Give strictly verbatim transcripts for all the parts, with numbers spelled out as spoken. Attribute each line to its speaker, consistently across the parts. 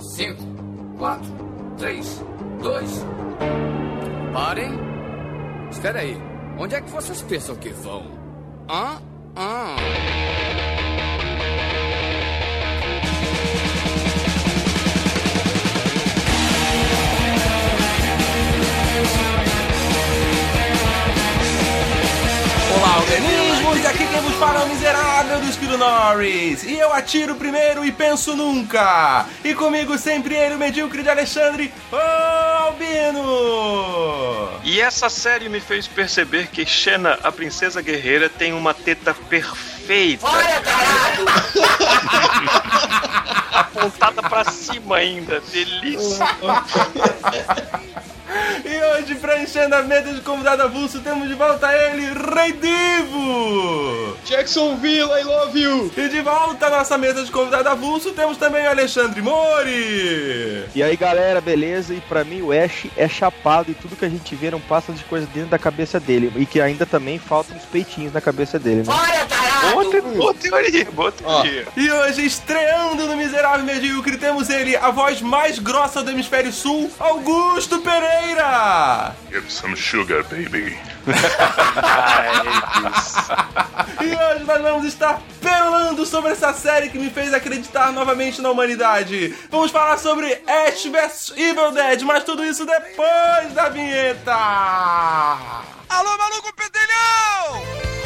Speaker 1: cinco, quatro, três, dois... Parem. Espera aí. Onde é que vocês pensam que vão? Hã? Hã?
Speaker 2: Olá, organismos! Aqui quem vos fala é o miserável do Esquilo Norris. E eu atiro primeiro e penso nunca. E comigo sempre ele, o medíocre de Alexandre, o Albino.
Speaker 3: E essa série me fez perceber que Xena, a princesa guerreira, tem uma teta perfeita.
Speaker 1: Olha, caralho!
Speaker 3: Apontada pra cima ainda. Delícia.
Speaker 2: E hoje, pra encher a mesa de convidado avulso, temos de volta ele, Rei Divo!
Speaker 4: Jacksonville, I love you!
Speaker 2: E de volta à nossa mesa de convidado avulso, temos também o Alexandre Mori!
Speaker 5: E aí, galera, beleza? E pra mim, o Ash é chapado e tudo que a gente vê não passa de coisa dentro da cabeça dele. E que ainda também faltam uns peitinhos na cabeça dele, né?
Speaker 1: Olha, caralho!
Speaker 3: Boa, te- boa teoria, boa teoria.
Speaker 2: E hoje, estreando no Miserável Medíocre, temos ele, a voz mais grossa do Hemisfério Sul, Augusto Pereira!
Speaker 6: Give some sugar, baby.
Speaker 2: E hoje nós vamos estar pelando sobre essa série que me fez acreditar novamente na humanidade. Vamos falar sobre Ash versus. Evil Dead, mas tudo isso depois da vinheta.
Speaker 4: Alô, maluco pedelhão!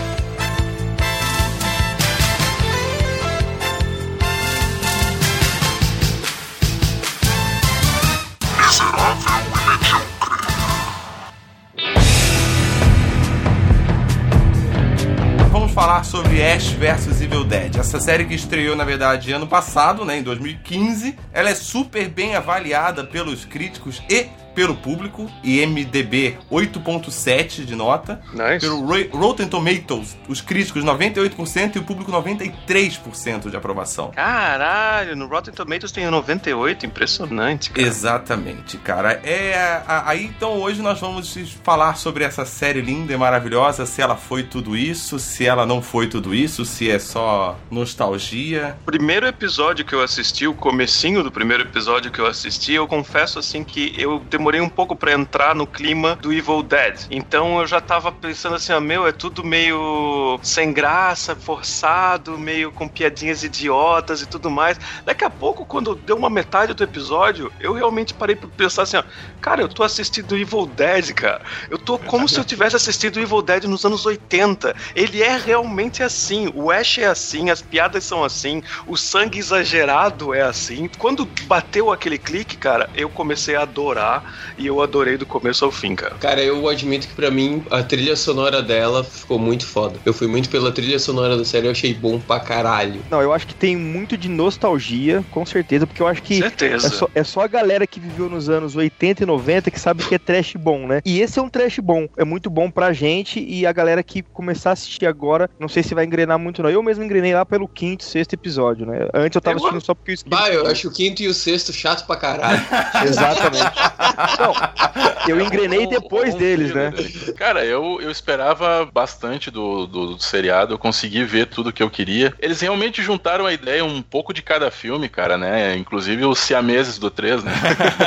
Speaker 2: Vamos falar sobre Ash versus. Evil Dead. Essa série que estreou, na verdade, ano passado, né, em dois mil e quinze. Ela é super bem avaliada pelos críticos e pelo público. I M D B oito ponto sete de nota.
Speaker 3: Nice.
Speaker 2: Pelo Ro- Rotten Tomatoes, os críticos noventa e oito por cento e o público noventa e três por cento de aprovação.
Speaker 3: Caralho, no Rotten Tomatoes tem noventa e oito, impressionante, cara.
Speaker 2: Exatamente, cara. É, a- aí então hoje nós vamos falar sobre essa série linda e maravilhosa, se ela foi tudo isso, se ela não foi tudo isso, se é só nostalgia.
Speaker 3: O primeiro episódio que eu assisti, o comecinho do primeiro episódio que eu assisti, eu confesso assim que eu demorei um pouco pra entrar no clima do Evil Dead. Então eu já tava pensando assim, ah, meu, é tudo meio sem graça, forçado, meio com piadinhas idiotas e tudo mais. Daqui a pouco, quando deu uma metade do episódio, eu realmente parei pra pensar assim, ó, cara, eu tô assistindo Evil Dead, cara. Eu tô como se eu tivesse assistido Evil Dead nos anos oitenta. Ele é realmente assim. O Ash é assim, as piadas são assim, o sangue exagerado é assim. Quando bateu aquele clique, cara, eu comecei a adorar e eu adorei do começo ao fim, cara.
Speaker 4: Cara, eu admito que pra mim a trilha sonora dela ficou muito foda. Eu fui muito pela trilha sonora da série, eu achei bom pra caralho.
Speaker 5: Não, eu acho que tem muito de nostalgia, com certeza, porque eu acho que
Speaker 3: Certeza.
Speaker 5: é só, é só a galera que viveu nos anos oitenta e noventa que sabe que é trash bom, né? E esse é um trash bom, é muito bom pra gente e a galera que começar a assistir agora, não sei se vai engrenar muito não. Eu mesmo engrenei lá pelo quinto, sexto episódio, né? Antes eu tava
Speaker 3: Eu-
Speaker 5: assistindo só porque eu esqueci.
Speaker 4: Bah, eu acho o quinto e o sexto chato pra caralho.
Speaker 5: Exatamente. Não, eu engrenei depois
Speaker 7: Um- um
Speaker 5: deles,
Speaker 7: filler.
Speaker 5: né?
Speaker 7: Cara, eu, eu esperava bastante do, do, do seriado, eu consegui ver tudo que eu queria. Eles realmente juntaram a ideia um pouco de cada filme, cara, né? Inclusive os siameses do três, né?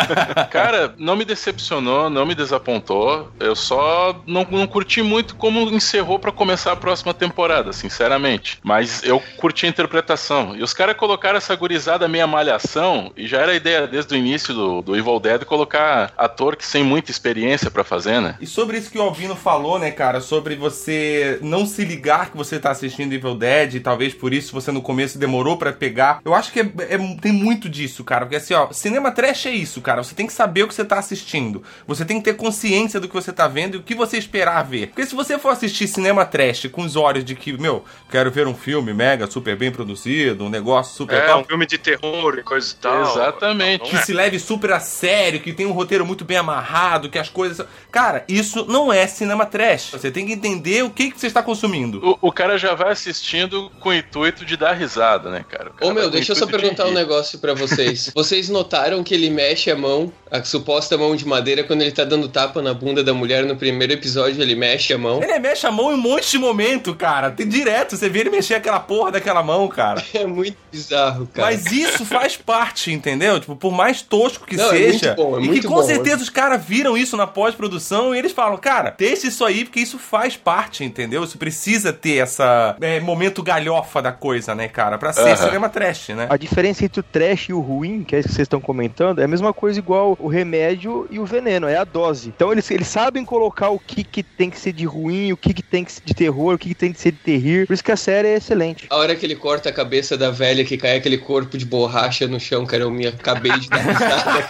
Speaker 7: Cara, não me decepcionou, não me desapontou. Eu só não, não curti muito como encerrou pra começar a próxima temporada, sinceramente. Mas eu curti a interpretação. E os caras colocaram essa gurizada meia malhação, e já era a ideia desde o início do, do Evil Dead colocar ator que sem muita experiência pra fazer, né?
Speaker 2: E sobre isso que o Albino falou, né, cara, sobre você não se ligar que você tá assistindo Evil Dead, e talvez por isso você no começo demorou pra pegar. Eu acho que é, é- tem muito disso, cara, porque assim, ó, cinema trash é isso, cara, você tem que saber o que você tá assistindo, você tem que ter consciência do que você tá vendo e o que você esperar ver. Porque se você for assistir cinema trash com os olhos de que, meu, quero ver um filme mega, super bem produzido, um negócio super
Speaker 3: É,
Speaker 2: top,
Speaker 3: um filme de terror e coisa e tal.
Speaker 7: Exatamente.
Speaker 2: que se leve super a sério, que tem um roteiro roteiro muito bem amarrado, que as coisas... Cara, isso não é cinema trash. Você tem que entender o que, que você está consumindo.
Speaker 7: O, o cara já vai assistindo com o intuito de dar risada, né, cara?
Speaker 4: Ô, meu, deixa eu só perguntar um negócio pra vocês. Vocês notaram que ele mexe a mão, a suposta mão de madeira, quando ele tá dando tapa na bunda da mulher no primeiro episódio, ele mexe a mão?
Speaker 2: Ele mexe a mão em um monte de momento, cara. Tem direto, você vê ele mexer aquela porra daquela mão, cara.
Speaker 4: É muito bizarro, cara.
Speaker 2: Mas isso faz parte, entendeu? Tipo, por mais tosco que
Speaker 4: Não,
Speaker 2: seja.
Speaker 4: É muito bom, é
Speaker 2: e
Speaker 4: muito
Speaker 2: que com
Speaker 4: bom,
Speaker 2: certeza os caras viram isso na pós-produção e eles falam, cara, deixa isso aí, porque isso faz parte, entendeu? Isso precisa ter essa é, momento galhofa da coisa, né, cara? Pra ser
Speaker 7: Uhum.
Speaker 2: cinema trash, né?
Speaker 5: A diferença entre o trash e o ruim, que é isso que vocês estão comentando, é a mesma coisa igual o remédio e o veneno, é a dose. Então eles, eles sabem colocar o que, que tem que ser de ruim, o que, que tem que ser de terror, o que, que tem que ser de terrir. Por isso que a série é excelente.
Speaker 4: A hora que ele corta a cabeça da velha, que cai aquele corpo de borracha no chão, cara, eu me acabei de dar risada,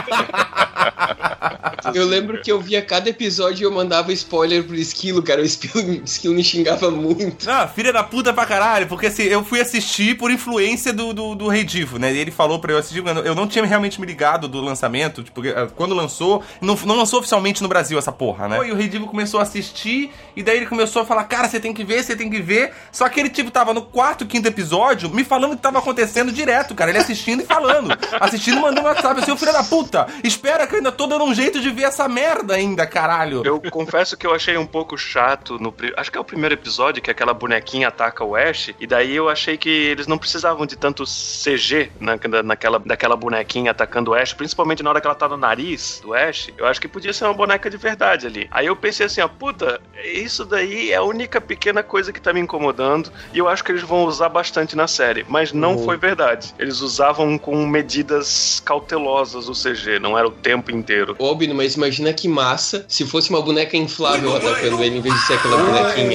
Speaker 4: cara. Eu lembro que eu via cada episódio e eu mandava spoiler pro Esquilo, cara. O Esquilo, o Esquilo me xingava muito.
Speaker 2: Ah, filha da puta pra caralho, porque assim, eu fui assistir por influência do, do, do Rei Divo, né? E ele falou pra eu assistir, eu não tinha realmente me ligado do lançamento, tipo, quando lançou, não, não lançou oficialmente no Brasil essa porra, né? E o Rei Divo começou a assistir, e daí ele começou a falar, cara, você tem que ver, você tem que ver. Só que ele, tipo, tava no quarto, quinto episódio, me falando o que tava acontecendo direto, cara. Ele assistindo e falando. Assistindo e mandando WhatsApp, assim, ô filho da puta, espera que eu ainda tô dando um jeito de ver essa merda ainda, caralho.
Speaker 3: Eu confesso que eu achei um pouco chato no... Acho que é o primeiro episódio, que aquela bonequinha ataca o Ash, e daí eu achei que eles não precisavam de tanto C G na, naquela, daquela bonequinha atacando o Ash, principalmente na hora que ela tá no nariz do Ash. Eu acho que podia ser uma boneca de verdade ali. Aí eu pensei assim, ó, puta, isso daí é a única pequena coisa que tá me incomodando, e eu acho que eles vão usar bastante na série, mas não uhum. foi verdade. Eles usavam com medidas cautelosas o C G, não era o tempo inteiro.
Speaker 4: Ô, Bino, mas imagina que massa se fosse uma boneca inflável atacando ele em vez de ser aquela bonequinha.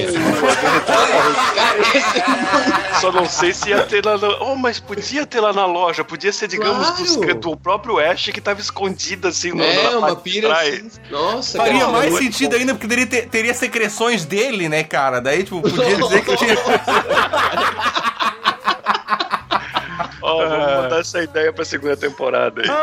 Speaker 3: Só não sei se ia ter lá na... Oh, mas podia ter lá na loja, podia ser, digamos, claro. do, do próprio Ash que tava escondido assim no
Speaker 4: É, uma pira assim.
Speaker 3: Nossa,
Speaker 2: faria
Speaker 3: cara,
Speaker 2: mais sentido bom. ainda, porque teria, ter, teria secreções dele, né, cara? Daí, tipo, podia dizer que tinha...
Speaker 3: Ó, oh, vamos botar essa ideia pra segunda temporada aí.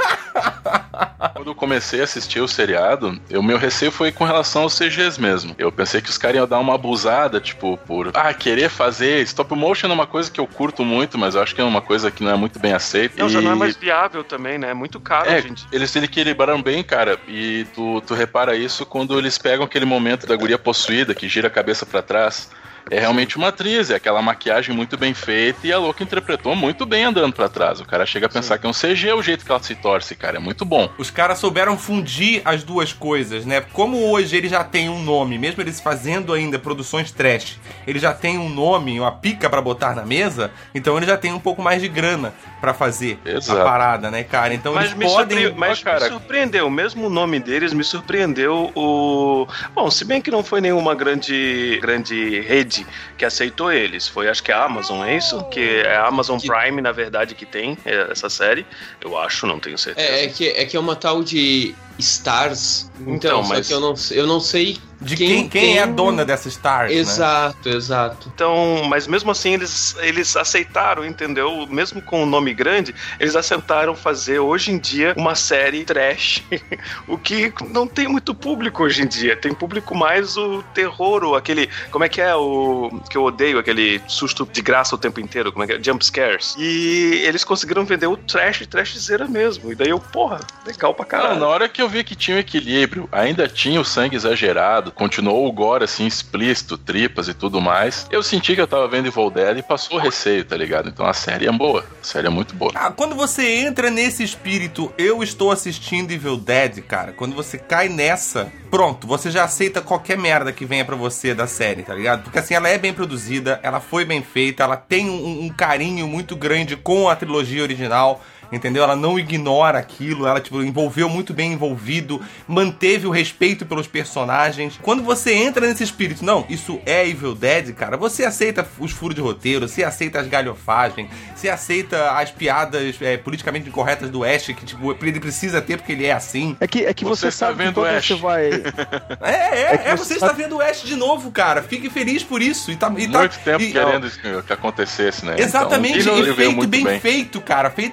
Speaker 7: Quando eu comecei a assistir o seriado, o meu receio foi com relação aos C Gs mesmo. Eu pensei que os caras iam dar uma abusada, tipo, por ah, querer fazer. Stop motion é uma coisa que eu curto muito, mas eu acho que é uma coisa que não é muito bem aceita.
Speaker 3: Não,
Speaker 7: e...
Speaker 3: já não é mais viável também, né? É muito caro,
Speaker 7: é,
Speaker 3: gente.
Speaker 7: Eles equilibraram bem, cara. E tu, tu repara isso quando eles pegam aquele momento da guria possuída, que gira a cabeça pra trás. É realmente uma atriz, é aquela maquiagem muito bem feita e a louca interpretou muito bem andando pra trás. O cara chega a pensar Sim. que é um C G o jeito que ela se torce, cara, é muito bom.
Speaker 2: Os caras souberam fundir as duas coisas, né? Como hoje ele já tem um nome, mesmo eles fazendo ainda produções trash, ele já tem um nome, uma pica pra botar na mesa, então ele já tem um pouco mais de grana pra fazer Exato. a parada, né, cara? Então
Speaker 3: mas
Speaker 2: eles
Speaker 3: me
Speaker 2: podem...
Speaker 3: Surpre... Mas
Speaker 2: cara...
Speaker 3: me surpreendeu, mesmo o nome deles me surpreendeu o... Bom, se bem que não foi nenhuma grande, grande rede que aceitou eles. Foi, acho que a Amazon, é isso? Que é a Amazon que... Prime, na verdade, que tem essa série. Eu acho, não tenho certeza.
Speaker 4: É, é, que, é que é uma tal de Stars. Então, então
Speaker 3: mas...
Speaker 4: só que eu não, eu não sei...
Speaker 2: De quem, quem, quem tem... é a dona dessa Stars,
Speaker 4: Exato,
Speaker 2: né?
Speaker 4: exato.
Speaker 3: Então, mas mesmo assim eles, eles aceitaram, entendeu? Mesmo com o nome grande, eles aceitaram fazer hoje em dia uma série trash, o que não tem muito público hoje em dia. Tem público mais o terror, ou aquele, como é que é o que eu odeio, aquele susto de graça o tempo inteiro, como é que é? Jump scares. E eles conseguiram vender o trash, trashzeira mesmo. E daí eu, porra, legal pra caralho.
Speaker 7: Não, na hora que eu vi que tinha um equilíbrio, ainda tinha o sangue exagerado, continuou o gore, assim, explícito, tripas e tudo mais. Eu senti que eu tava vendo Evil Dead e passou o receio, tá ligado? Então a série é boa, a série é muito boa.
Speaker 2: Ah, quando você entra nesse espírito, eu estou assistindo Evil Dead, cara, quando você cai nessa, pronto, você já aceita qualquer merda que venha pra você da série, tá ligado? Porque assim, ela é bem produzida, ela foi bem feita, ela tem um, um carinho muito grande com a trilogia original, entendeu? Ela não ignora aquilo, ela, tipo, envolveu muito bem envolvido, manteve o respeito pelos personagens. Quando você entra nesse espírito, não, isso é Evil Dead, cara, você aceita os furos de roteiro, você aceita as galhofagens, você aceita as piadas é, politicamente incorretas do Ash, que, tipo, ele precisa ter porque ele é assim.
Speaker 5: É que, é que você, você sabe tá vendo que quando Ash. Você vai...
Speaker 2: É, é, é, é você, você está vendo o Ash de novo, cara. Fique feliz por isso. E tá, e
Speaker 7: muito
Speaker 2: tá,
Speaker 7: tempo
Speaker 2: e,
Speaker 7: querendo ó, que acontecesse, né?
Speaker 2: Exatamente,
Speaker 7: então,
Speaker 2: e feito bem,
Speaker 7: bem
Speaker 2: feito, cara, feito com respeito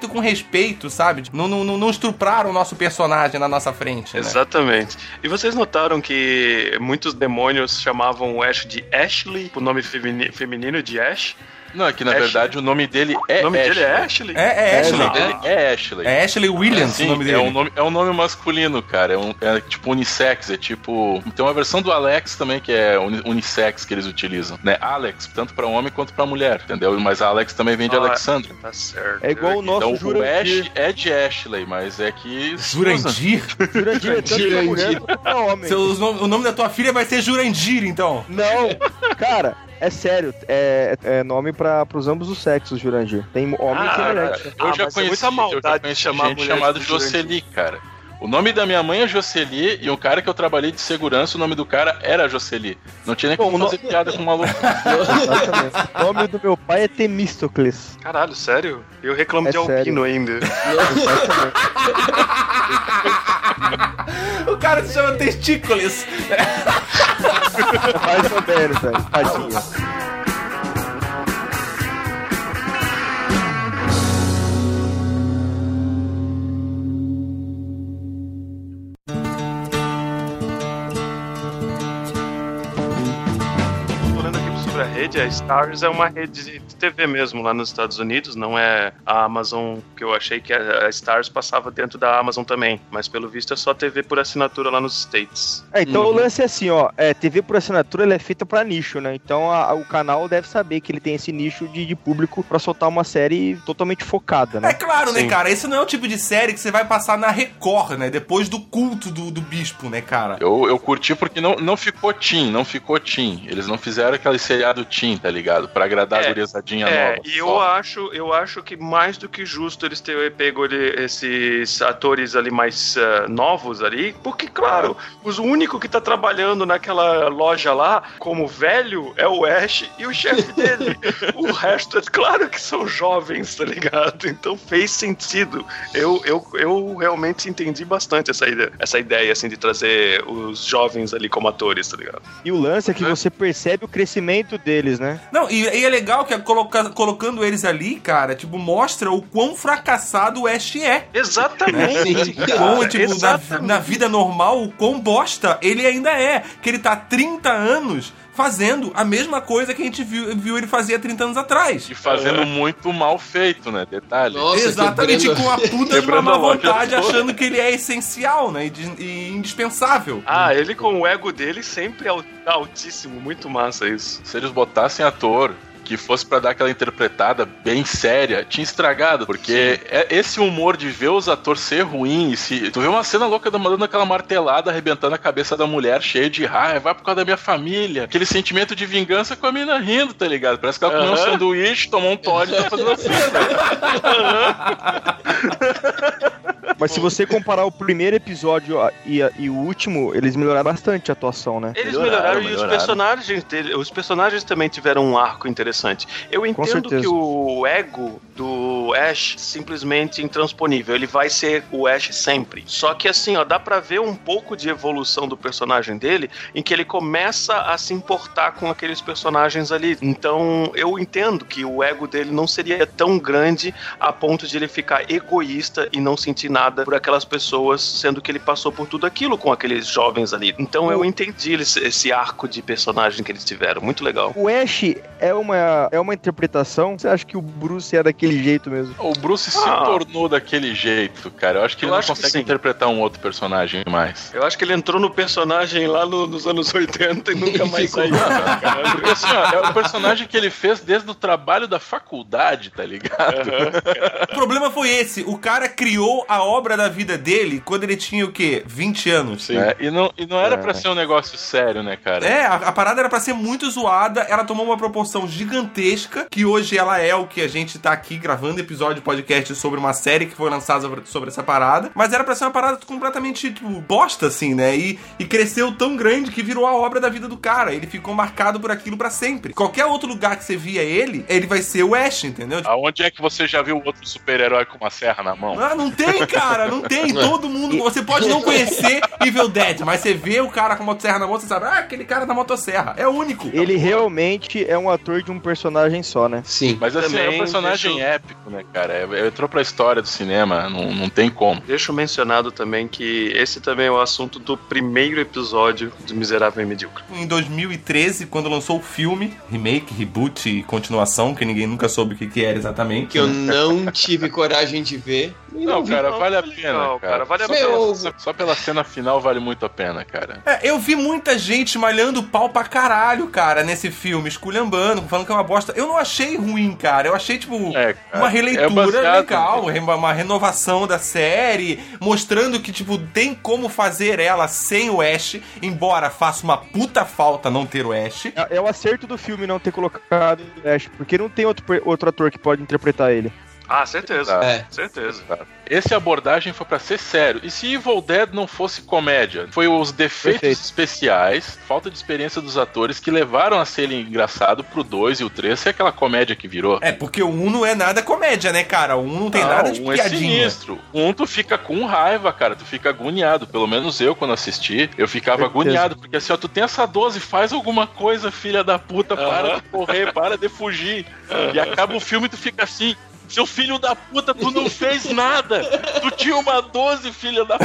Speaker 2: respeito, sabe? Não, não, não estupraram o nosso personagem na nossa frente, né?
Speaker 3: Exatamente. E vocês notaram que muitos demônios chamavam o Ash de Ashley, o nome femini- feminino de Ash?
Speaker 7: Não, é que na
Speaker 3: Ashley.
Speaker 7: verdade o nome dele é
Speaker 3: O nome
Speaker 7: Ashley.
Speaker 3: dele é Ashley?
Speaker 2: É, é Ashley.
Speaker 7: O nome dele é Ashley.
Speaker 2: É Ashley Williams,
Speaker 7: Sim,
Speaker 2: o nome dele.
Speaker 7: É um nome, é um nome masculino, cara. É, um, é tipo unissex. É tipo. Tem uma versão do Alex também que é uni- unissex que eles utilizam, né? Alex, tanto pra homem quanto pra mulher, entendeu? Mas a Alex também vem de
Speaker 3: Ah,
Speaker 7: Alexandra.
Speaker 3: Tá certo.
Speaker 5: É igual o nosso
Speaker 7: Então o
Speaker 5: Jurandir.
Speaker 7: Ash é de Ashley, mas é que.
Speaker 2: Jurandir?
Speaker 5: Jurandir é tanto pra mulher quanto pra homem.
Speaker 2: Seu, o nome da tua filha vai ser Jurandir, então.
Speaker 5: Não, cara, é sério, é, é nome para os ambos os sexos, Jurandir. Tem homem e tem
Speaker 3: Ah,
Speaker 5: mulher.
Speaker 7: Eu
Speaker 3: Ah,
Speaker 7: já
Speaker 3: mas é
Speaker 7: conheci,
Speaker 3: muita
Speaker 7: eu já
Speaker 3: maldade
Speaker 7: conheci
Speaker 3: de chamar
Speaker 7: gente
Speaker 3: mulher
Speaker 7: chamada
Speaker 3: de
Speaker 7: Jocely, cara. O nome da minha mãe é Jocely e o cara que eu trabalhei de segurança, o nome do cara era Jocely. Não tinha nem
Speaker 5: Bom,
Speaker 7: como
Speaker 5: no-
Speaker 7: fazer piada com o maluco.
Speaker 5: Exatamente. O nome do meu pai é Temístocles.
Speaker 3: Caralho, sério? Eu reclamo
Speaker 5: É
Speaker 3: de
Speaker 5: sério.
Speaker 3: albino ainda.
Speaker 2: O cara se chama Testícolis.
Speaker 5: Mais ou menos, velho. Tadinho.
Speaker 3: Tô lendo aqui sobre a rede, a Stars é uma rede de T V mesmo lá nos Estados Unidos, não é a Amazon, que eu achei que a Stars passava dentro da Amazon também, mas pelo visto é só T V por assinatura lá nos States.
Speaker 5: É, então
Speaker 7: Uhum.
Speaker 5: o lance é assim, ó, é, T V por assinatura ela é feita pra nicho, né? Então a- a- o canal deve saber que ele tem esse nicho de, de público pra soltar uma série totalmente focada,
Speaker 2: É
Speaker 5: né?
Speaker 2: claro, né,
Speaker 3: Sim.
Speaker 2: cara? Esse não é o tipo de série que você vai passar na Record, né? Depois do culto do, do bispo, né, cara?
Speaker 7: Eu, eu curti porque não, não ficou teen, não ficou teen. Eles não fizeram aquele seriado teen, tá ligado? Pra agradar
Speaker 3: É,
Speaker 7: a gurizadinha
Speaker 3: É,
Speaker 7: nova.
Speaker 3: e eu
Speaker 7: só.
Speaker 3: acho, eu acho que mais do que justo eles terem pego ele- esses atores ali mais eh, novos ali, porque, claro, os, o único que tá trabalhando naquela loja lá, como velho, é o Ash e o chefe dele. O resto, é claro que são jovens, tá ligado? Então fez sentido. Eu, eu, eu realmente entendi bastante essa ideia, essa ideia, assim, de trazer os jovens ali como atores, tá ligado?
Speaker 5: E o lance é que você percebe o crescimento deles, né?
Speaker 2: Não, e, e é legal que coloca- colocando eles ali, cara, tipo, mostra o quão fracassado o Ash é.
Speaker 3: Exatamente.
Speaker 2: Quão,
Speaker 3: cara,
Speaker 2: tipo, na,
Speaker 3: exatamente.
Speaker 2: na vida normal, o quão bosta ele ainda é. Que ele tá há trinta anos fazendo a mesma coisa que a gente viu, viu ele fazer há trinta anos atrás.
Speaker 7: E fazendo muito mal feito, né? Detalhe.
Speaker 4: Nossa,
Speaker 2: Exatamente,
Speaker 4: quebrando-
Speaker 2: com a puta de uma
Speaker 7: Quebrando
Speaker 2: má
Speaker 7: a loja
Speaker 2: vontade,
Speaker 7: toda.
Speaker 2: achando que ele é essencial, né? E, de- e indispensável.
Speaker 3: Ah, ele com o ego dele sempre al- altíssimo, muito massa isso.
Speaker 7: Se eles botassem ator que fosse pra dar aquela interpretada bem séria, tinha estragado, porque é esse humor de ver os atores ser ruim, e se tu vê uma cena louca da dando aquela martelada, arrebentando a cabeça da mulher, cheio de raiva, vai por causa da minha família, aquele sentimento de vingança com a mina rindo, tá ligado? Parece que ela comeu um
Speaker 3: Aham.
Speaker 7: sanduíche, tomou um Todd e tá fazendo assim,
Speaker 5: Mas se você comparar o primeiro episódio a- e, a- e o último, eles melhoraram bastante a atuação, né?
Speaker 3: Eles
Speaker 7: Melhoraram,
Speaker 3: melhoraram, e os
Speaker 7: melhoraram.
Speaker 3: personagens dele, os personagens também tiveram um arco interessante. Eu entendo
Speaker 5: certeza.
Speaker 3: que o ego do Ash simplesmente intransponível, ele vai ser o Ash sempre. Só que assim, ó, dá pra ver um pouco de evolução do personagem dele, em que ele começa a se importar com aqueles personagens ali. Então, eu entendo que o ego dele não seria tão grande a ponto de ele ficar egoísta e não sentir nada por aquelas pessoas, sendo que ele passou por tudo aquilo com aqueles jovens ali. Então, eu entendi esse, esse arco de personagem que eles tiveram. Muito legal.
Speaker 5: O Ash é uma, é uma interpretação? Você acha que o Bruce é daquele jeito mesmo?
Speaker 7: O Bruce se
Speaker 3: Ah.
Speaker 7: tornou daquele jeito, cara. Eu acho que
Speaker 3: Eu
Speaker 7: ele não
Speaker 3: acho que
Speaker 7: consegue
Speaker 3: sim.
Speaker 7: interpretar um outro personagem mais.
Speaker 3: Eu acho que ele entrou no personagem lá no- nos anos oitenta e nunca mais
Speaker 4: Ficou-
Speaker 3: saiu.
Speaker 7: Porque assim, ó, é o personagem que ele fez desde o trabalho da faculdade, tá ligado?
Speaker 2: O problema foi esse. O cara criou a obra da vida dele quando ele tinha o quê? vinte anos.
Speaker 7: É, e não, e não era
Speaker 5: É.
Speaker 7: pra ser um negócio sério, né, cara?
Speaker 2: É, a, a parada era pra ser muito zoada, ela tomou uma proporção gigantesca, que hoje ela é o que a gente tá aqui gravando episódio de podcast sobre uma série que foi lançada sobre, sobre essa parada, mas era pra ser uma parada completamente, tipo, bosta, assim, né? E, e cresceu tão grande que virou a obra da vida do cara. Ele ficou marcado por aquilo pra sempre. Qualquer outro lugar que você via ele, ele vai ser o Ash, entendeu? Tipo,
Speaker 7: Aonde é que você já viu outro super-herói com uma serra na mão?
Speaker 2: ah, não tem, cara! cara, não tem. Todo mundo, você pode não conhecer Evil Dead, mas você vê o cara com a motosserra na mão, você sabe, ah, aquele cara da motosserra, é o único.
Speaker 5: Ele realmente é um ator de um personagem só, né?
Speaker 4: Sim.
Speaker 7: Mas assim,
Speaker 3: Também
Speaker 7: é um personagem
Speaker 3: deixa
Speaker 7: épico, né, cara? É- Entrou pra história do cinema, não, não tem como.
Speaker 3: Deixo mencionado também que esse também é o assunto do primeiro episódio do Miserável e Medíocre.
Speaker 2: Em dois mil e treze, quando lançou o filme, remake, reboot e continuação, que ninguém nunca soube o que, que era exatamente.
Speaker 4: Que eu não tive coragem de ver. E
Speaker 7: Não,
Speaker 4: vi.
Speaker 7: cara, vale a
Speaker 3: Não,
Speaker 7: pena,
Speaker 3: legal,
Speaker 7: cara.
Speaker 3: cara, vale a
Speaker 7: Só
Speaker 4: pena.
Speaker 7: pela- Só, só pela cena final vale muito a pena, cara.
Speaker 2: É, eu vi muita gente malhando pau pra caralho, cara, nesse filme, esculhambando, falando que é uma bosta. Eu não achei ruim, cara. Eu achei, tipo,
Speaker 7: É, cara,
Speaker 2: uma
Speaker 7: é
Speaker 2: releitura
Speaker 7: baseado-
Speaker 2: legal, uma renovação da série, mostrando que, tipo, tem como fazer ela sem o Ash, embora faça uma puta falta não ter o Ash.
Speaker 5: É, é o acerto do filme não ter colocado o Ash, porque não tem outro, per- outro ator que pode interpretar ele.
Speaker 3: Ah, certeza.
Speaker 4: É.
Speaker 3: Certeza.
Speaker 7: Esse abordagem foi pra ser sério. E se Evil Dead não fosse comédia? Foi os defeitos
Speaker 5: Perfeito.
Speaker 7: especiais, falta de experiência dos atores que levaram a ser ele engraçado pro dois e o três ser aquela comédia que virou.
Speaker 2: É, porque o um não é nada comédia, né, cara? O um não tem
Speaker 7: Não,
Speaker 2: nada de
Speaker 7: um é
Speaker 2: piadinha.
Speaker 7: sinistro. Um tu fica com raiva, cara. Tu fica agoniado. Pelo menos eu, quando assisti, eu ficava
Speaker 5: Certeza.
Speaker 7: agoniado. Porque assim, ó, tu tem essa doze, faz alguma coisa, filha da puta. Para de correr, para de fugir. E acaba o filme e tu fica assim... Seu filho da puta, tu não fez nada! Tu tinha uma doze, filha da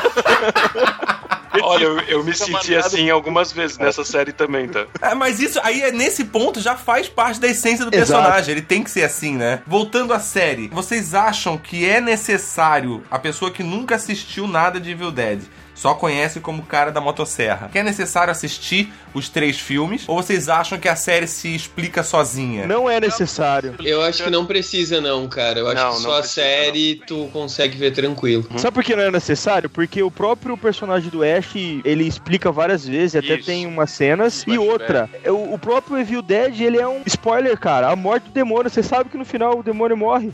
Speaker 7: puta!
Speaker 3: Olha, eu, eu me
Speaker 7: Fica
Speaker 3: senti
Speaker 7: marcado.
Speaker 3: assim algumas vezes nessa série também, tá?
Speaker 2: É, mas isso aí, é nesse ponto, já faz parte da essência do
Speaker 5: Exato.
Speaker 2: personagem. Ele tem que ser assim, né? Voltando à série, vocês acham que é necessário a pessoa que nunca assistiu nada de Evil Dead, só conhece como cara da motosserra, que é necessário assistir os três filmes? Ou vocês acham que a série se explica sozinha?
Speaker 5: Não é necessário.
Speaker 4: Eu acho que não precisa, não, cara. Eu acho
Speaker 3: Não,
Speaker 4: que
Speaker 3: não
Speaker 4: só a
Speaker 3: precisa,
Speaker 4: série tu consegue ver tranquilo.
Speaker 5: Sabe por que não é necessário? Porque o próprio personagem do Ash, ele explica várias vezes, até
Speaker 3: Isso.
Speaker 5: tem umas cenas. E
Speaker 7: Flashback.
Speaker 5: outra, é o, o próprio Evil Dead, ele é um spoiler, cara. A morte do demônio, você sabe que no final o demônio morre.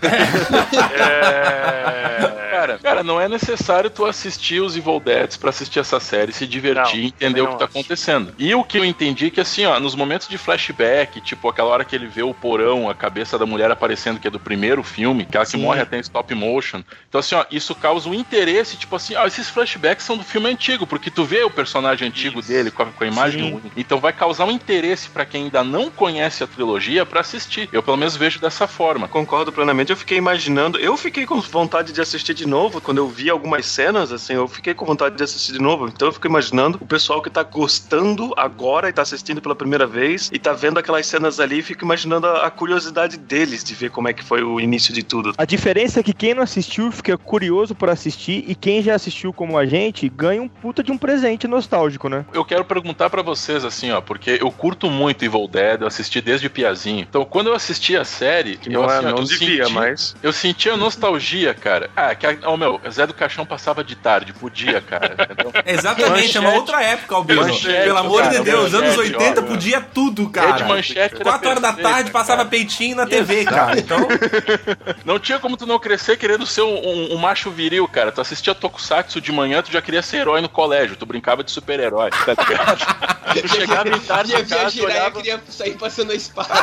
Speaker 3: É...
Speaker 7: Cara, cara, não é necessário tu assistir os Evil Deads pra assistir essa série, se divertir,
Speaker 3: Não,
Speaker 7: entender o
Speaker 3: não
Speaker 7: que tá
Speaker 3: acho.
Speaker 7: acontecendo. E o que eu entendi é que assim, ó, nos momentos de flashback, tipo aquela hora que ele vê o porão, a cabeça da mulher aparecendo, que é do primeiro filme, aquela que
Speaker 5: Sim.
Speaker 7: morre até em stop motion. Então assim, ó, isso causa um interesse, tipo assim, ó, esses flashbacks são do filme antigo, porque tu vê o personagem antigo
Speaker 3: Isso.
Speaker 7: dele com a, com a imagem
Speaker 5: Sim.
Speaker 7: ruim. Então vai causar um interesse pra quem ainda não conhece a trilogia pra assistir. Eu pelo menos vejo dessa forma.
Speaker 3: Concordo plenamente. Eu fiquei imaginando, eu fiquei com vontade de assistir de novo quando eu vi algumas cenas, assim, eu fiquei com vontade de assistir de novo. Então eu fico imaginando o pessoal que tá gostando agora e tá assistindo pela primeira vez e tá vendo aquelas cenas ali e fico imaginando a, a curiosidade deles de ver como é que foi o início de tudo.
Speaker 5: A diferença é que quem não assistiu fica curioso por assistir e quem já assistiu como a gente ganha um puta de um presente nostálgico, né?
Speaker 7: Eu quero perguntar pra vocês assim, ó, porque eu curto muito Evil Dead, eu assisti desde Piazinho. Então, quando eu assisti a série,
Speaker 3: Que
Speaker 7: eu,
Speaker 3: não, é,
Speaker 7: assim, ó,
Speaker 3: não
Speaker 7: eu
Speaker 3: devia,
Speaker 7: senti,
Speaker 3: mas...
Speaker 7: eu sentia nostalgia, cara. Ah, que, ó, meu, Zé do Caixão passava de tarde, podia, cara. Entendeu?
Speaker 2: Exatamente, é uma
Speaker 7: Manchete.
Speaker 2: outra época, Albino.
Speaker 7: Manchete,
Speaker 2: Pelo amor
Speaker 7: cara,
Speaker 2: de Deus,
Speaker 7: manchete,
Speaker 2: anos oitenta
Speaker 7: ó,
Speaker 2: podia tudo,
Speaker 7: Rede
Speaker 2: cara.
Speaker 7: Manchete era
Speaker 2: quatro horas da
Speaker 7: perfeita,
Speaker 2: tarde passava
Speaker 7: cara.
Speaker 2: peitinho na T V, cara. Então,
Speaker 7: Não tinha como tu não crescer querendo ser um, um- um macho viril, cara. Tu assistia Tokusatsu de manhã, tu já queria ser herói no colégio. Tu brincava de super-herói, tá ligado? Tu chegava em tarde
Speaker 4: Ia
Speaker 7: em casa,
Speaker 4: girar e eu
Speaker 7: olhava...
Speaker 4: queria sair passando a espada.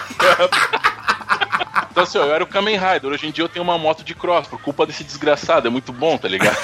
Speaker 7: Então assim, ó, eu era o Kamen Rider. Hoje em dia eu tenho uma moto de cross, por culpa desse desgraçado. É muito bom, tá ligado?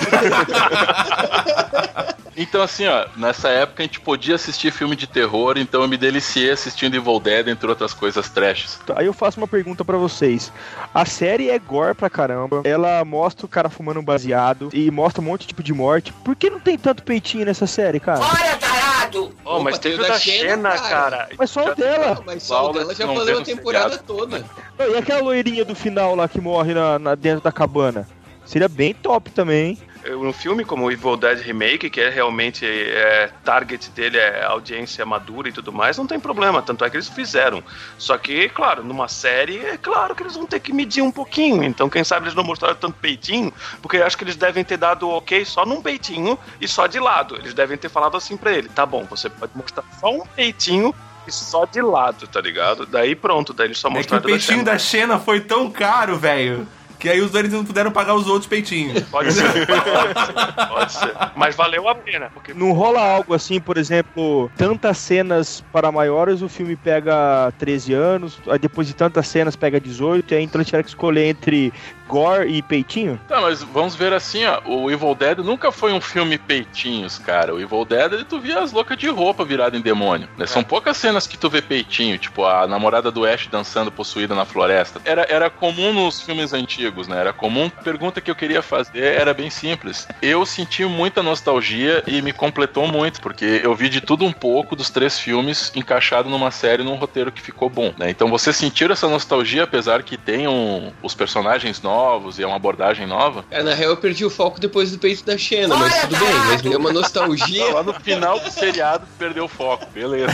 Speaker 7: Então assim, ó, nessa época a gente podia assistir filme de terror, então eu me deliciei assistindo Evil Dead, entre outras coisas trashes.
Speaker 5: Aí eu faço uma pergunta pra vocês. A série é gore pra caramba. Ela mostra o cara fumando um baseado e mostra um monte de tipo de morte. Por que não tem tanto peitinho nessa série, cara?
Speaker 3: Oh, mas
Speaker 4: Opa,
Speaker 3: teve
Speaker 4: tem
Speaker 3: o
Speaker 4: o
Speaker 3: da
Speaker 4: da Xena,
Speaker 3: Xena,
Speaker 4: cara.
Speaker 3: cara.
Speaker 5: Mas só o dela.
Speaker 4: Mas só o
Speaker 7: Laura,
Speaker 4: dela já
Speaker 7: não
Speaker 4: valeu
Speaker 7: vê
Speaker 4: a
Speaker 7: no
Speaker 4: temporada
Speaker 7: seriado.
Speaker 4: toda.
Speaker 5: E aquela loirinha do final lá que morre na, na- dentro da cabana? Seria bem top também, hein?
Speaker 3: Um filme como o Evil Dead Remake, que é realmente é, target dele é audiência madura e tudo mais, não tem problema, tanto é que eles fizeram. Só que, claro, numa série, é claro que eles vão ter que medir um pouquinho. Então, quem sabe eles não mostraram tanto peitinho, porque eu acho que eles devem ter dado ok só num peitinho e só de lado. Eles devem ter falado assim pra ele: tá bom, você pode mostrar só um peitinho e só de lado, tá ligado? Daí pronto, daí eles só
Speaker 2: é que o
Speaker 3: mostraram
Speaker 2: peitinho
Speaker 3: da
Speaker 2: da Xena foi tão caro, velho, que aí os dois não puderam pagar os outros peitinhos.
Speaker 3: Pode ser, pode ser, pode ser. Mas valeu a pena, porque
Speaker 5: Não rola algo assim, por exemplo, tantas cenas para maiores, o filme pega treze anos, aí depois de tantas cenas pega dezoito, e aí então eles tiveram que escolher entre gore e peitinho?
Speaker 7: Tá, mas vamos ver assim, ó, o Evil Dead nunca foi um filme peitinhos, cara. O Evil Dead, ele, tu via as loucas de roupa virada em demônio, né? É. São poucas cenas que tu vê peitinho, tipo a namorada do Ash dançando possuída na floresta. Era, era comum nos filmes antigos, né? Era comum. A pergunta que eu queria fazer era bem simples. Eu senti muita nostalgia e me completou muito, porque eu vi de tudo um pouco dos três filmes encaixado numa série, num roteiro que ficou bom, né? Então você sentiu essa nostalgia, apesar que tenham os personagens novos e é uma abordagem nova?
Speaker 4: É, na real eu perdi o foco depois do peito da Xena, mas tudo bem, mas deu uma nostalgia.
Speaker 7: Lá no final do seriado perdeu o foco, beleza.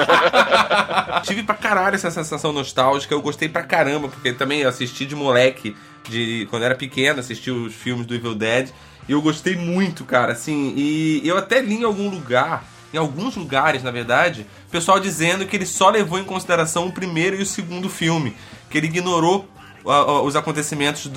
Speaker 2: Tive pra caralho essa sensação nostálgica, eu gostei pra caramba, porque também assisti de moleque, de quando era pequeno, assisti os filmes do Evil Dead, e eu gostei muito, cara, assim, e eu até li em algum lugar, em alguns lugares, na verdade, o pessoal dizendo que ele só levou em consideração o primeiro e o segundo filme, que ele ignorou os acontecimentos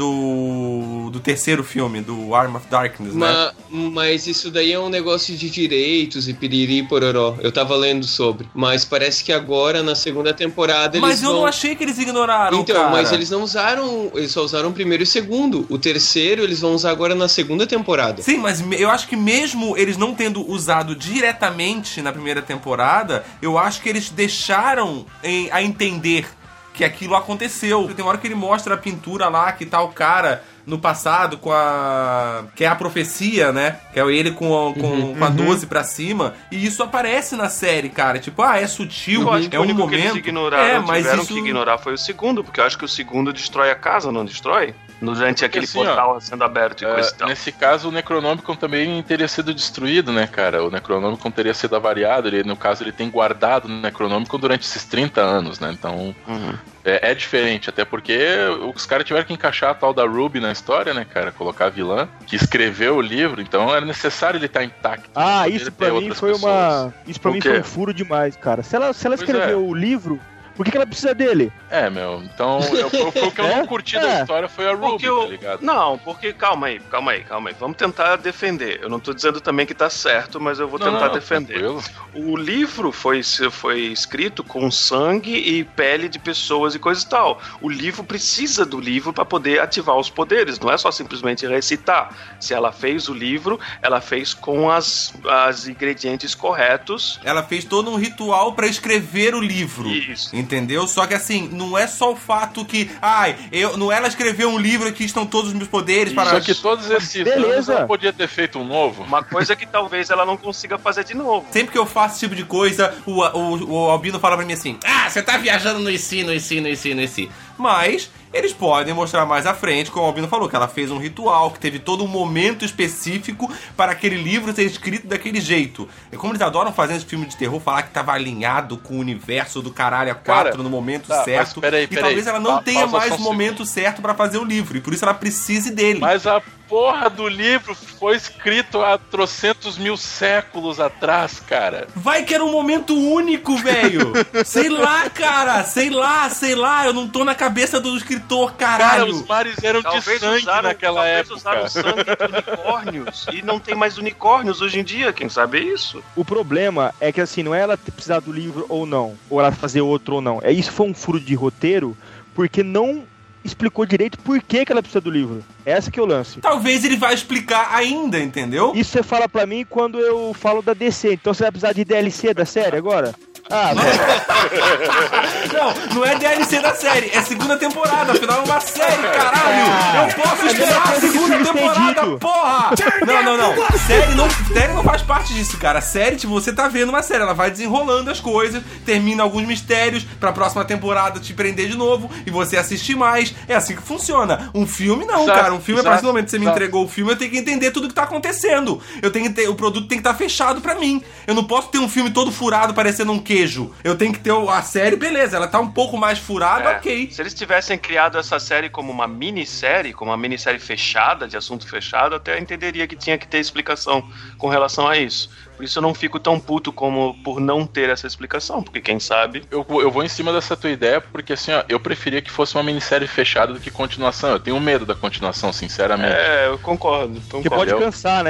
Speaker 2: do, do terceiro filme, do Arm of Darkness, né?
Speaker 4: Ma, mas isso daí é um negócio de direitos e piriri e pororó. Eu tava lendo sobre. Mas parece que agora, na segunda temporada, eles
Speaker 2: Mas eu
Speaker 4: vão...
Speaker 2: não achei que eles ignoraram,
Speaker 4: Então,
Speaker 2: cara.
Speaker 4: mas eles não usaram... Eles só usaram o primeiro e o segundo. O terceiro eles vão usar agora na segunda temporada.
Speaker 2: Sim, mas eu acho que mesmo eles não tendo usado diretamente na primeira temporada, eu acho que eles deixaram em, a entender que aquilo aconteceu. Tem uma hora que ele mostra a pintura lá, que tá o cara no passado com a... que é a profecia, né? Que é ele com, a, com,
Speaker 4: uhum,
Speaker 2: com a
Speaker 4: uhum.
Speaker 2: doze pra cima. E isso aparece na série, cara. Tipo, ah, é sutil,
Speaker 3: eu acho que
Speaker 2: é
Speaker 3: o
Speaker 2: um
Speaker 3: único
Speaker 2: momento.
Speaker 3: que eles ignoraram,
Speaker 2: é, mas
Speaker 3: tiveram
Speaker 2: isso...
Speaker 3: que ignorar foi o segundo, porque eu acho que o segundo destrói a casa, não destrói? Durante aquele
Speaker 7: assim,
Speaker 3: portal
Speaker 7: ó,
Speaker 3: sendo aberto e
Speaker 7: é,
Speaker 3: coisa e tal.
Speaker 7: Nesse caso, o Necronomicon também teria sido destruído, né, cara? O Necronomicon teria sido avariado. Ele, no caso, ele tem guardado o Necronomicon durante esses trinta anos, né? Então,
Speaker 3: uhum.
Speaker 7: é, é diferente. Até porque os caras tiveram que encaixar a tal da Ruby na história, né, cara? Colocar a vilã, que escreveu o livro. Então, era necessário ele estar intacto.
Speaker 5: Ah, isso pra mim foi pessoas. uma... Isso pra
Speaker 3: o
Speaker 5: mim
Speaker 3: quê?
Speaker 5: foi um furo demais, cara. Se ela, se ela escreveu
Speaker 7: é.
Speaker 5: o livro... Por que, que ela precisa dele?
Speaker 7: É, meu, então eu, eu, o que eu
Speaker 5: é?
Speaker 7: não curti
Speaker 5: é.
Speaker 7: da história foi a Ruby,
Speaker 3: eu,
Speaker 7: tá ligado?
Speaker 3: Não, porque, calma aí, calma aí, calma aí. Vamos tentar defender. Eu não tô dizendo também que tá certo, mas eu vou
Speaker 7: não,
Speaker 3: tentar
Speaker 7: não,
Speaker 3: defender.
Speaker 7: Tranquilo.
Speaker 3: O livro foi, foi escrito com sangue e pele de pessoas e coisa e tal. O livro precisa do livro para poder ativar os poderes, não é só simplesmente recitar. Se ela fez o livro, ela fez com as, as ingredientes corretos.
Speaker 2: Ela fez todo um ritual pra escrever o livro.
Speaker 3: Isso.
Speaker 2: Entendeu? Só que assim, não é só o fato que, ai, eu, não ela escreveu um livro aqui estão todos os meus poderes para...
Speaker 7: Só que todos esses
Speaker 5: Beleza.
Speaker 7: anos ela podia ter feito um novo.
Speaker 3: Uma coisa que talvez ela não consiga fazer de novo.
Speaker 2: Sempre que eu faço esse tipo de coisa, o, o, o Albino fala pra mim assim, ah, você tá viajando no IC, no IC, no IC, no IC. Mas eles podem mostrar mais à frente, como o Albino falou, que ela fez um ritual, que teve todo um momento específico para aquele livro ser escrito daquele jeito. É como eles adoram fazer esse filme de terror, falar que tava alinhado com o universo do caralho a quatro
Speaker 7: Cara,
Speaker 2: no momento
Speaker 7: tá,
Speaker 2: certo.
Speaker 7: peraí,
Speaker 2: e
Speaker 7: peraí.
Speaker 2: talvez ela não
Speaker 7: Pa-
Speaker 2: tenha
Speaker 7: pausa
Speaker 2: mais
Speaker 7: só
Speaker 2: o
Speaker 7: um
Speaker 2: momento certo para fazer o livro, e por isso ela precise dele.
Speaker 7: Mas a porra do livro foi escrito há trocentos mil séculos atrás, cara.
Speaker 2: Vai que era um momento único, velho. Sei lá, cara. Sei lá, sei lá. Eu não tô na cabeça do escritor, caralho.
Speaker 7: Cara, os mares eram
Speaker 3: Talvez
Speaker 7: de sangue
Speaker 3: usaram,
Speaker 7: naquela
Speaker 3: talvez
Speaker 7: época.
Speaker 3: usaram sangue de unicórnios e não tem mais unicórnios hoje em dia, quem sabe é isso?
Speaker 5: O problema é que assim, não é ela ter precisado do livro ou não, ou ela fazer outro ou não. É isso foi um furo de roteiro, porque não explicou direito por que, que ela precisa do livro. Essa que é o lance.
Speaker 2: Talvez ele vai explicar ainda, entendeu?
Speaker 5: Isso você fala pra mim quando eu falo da D C. Então você vai precisar de D L C da série agora? Ah,
Speaker 2: não, não é D L C da série, é segunda temporada, afinal é uma série, caralho! Eu posso esperar a segunda temporada, porra! Não, não, não, série não, série não faz parte disso, cara. Série, tipo, você tá vendo uma série, ela vai desenrolando as coisas, termina alguns mistérios, pra próxima temporada te prender de novo e você assistir mais. É assim que funciona. Um filme não,
Speaker 7: exato,
Speaker 2: cara. Um filme,
Speaker 7: exato,
Speaker 2: a partir do momento que você me
Speaker 7: exato.
Speaker 2: entregou o filme, eu tenho que entender tudo que tá acontecendo. Eu tenho que ter, o produto tem que estar fechado pra mim. Eu não posso ter um filme todo furado parecendo um queijo. Eu tenho que ter a série, beleza, ela tá um pouco mais furada,
Speaker 3: É,
Speaker 2: ok.
Speaker 3: Se eles tivessem criado essa série como uma minissérie, como uma minissérie fechada, de assunto fechado, até entenderia que tinha que ter explicação com relação a isso. Por isso eu não fico tão puto como por não ter essa explicação, porque quem sabe...
Speaker 7: Eu, eu vou em cima dessa tua ideia, porque assim, ó, eu preferia que fosse uma minissérie fechada do que continuação. Eu tenho medo da continuação, sinceramente.
Speaker 3: É, eu concordo,
Speaker 5: Porque
Speaker 3: concordo.
Speaker 5: pode cansar, né?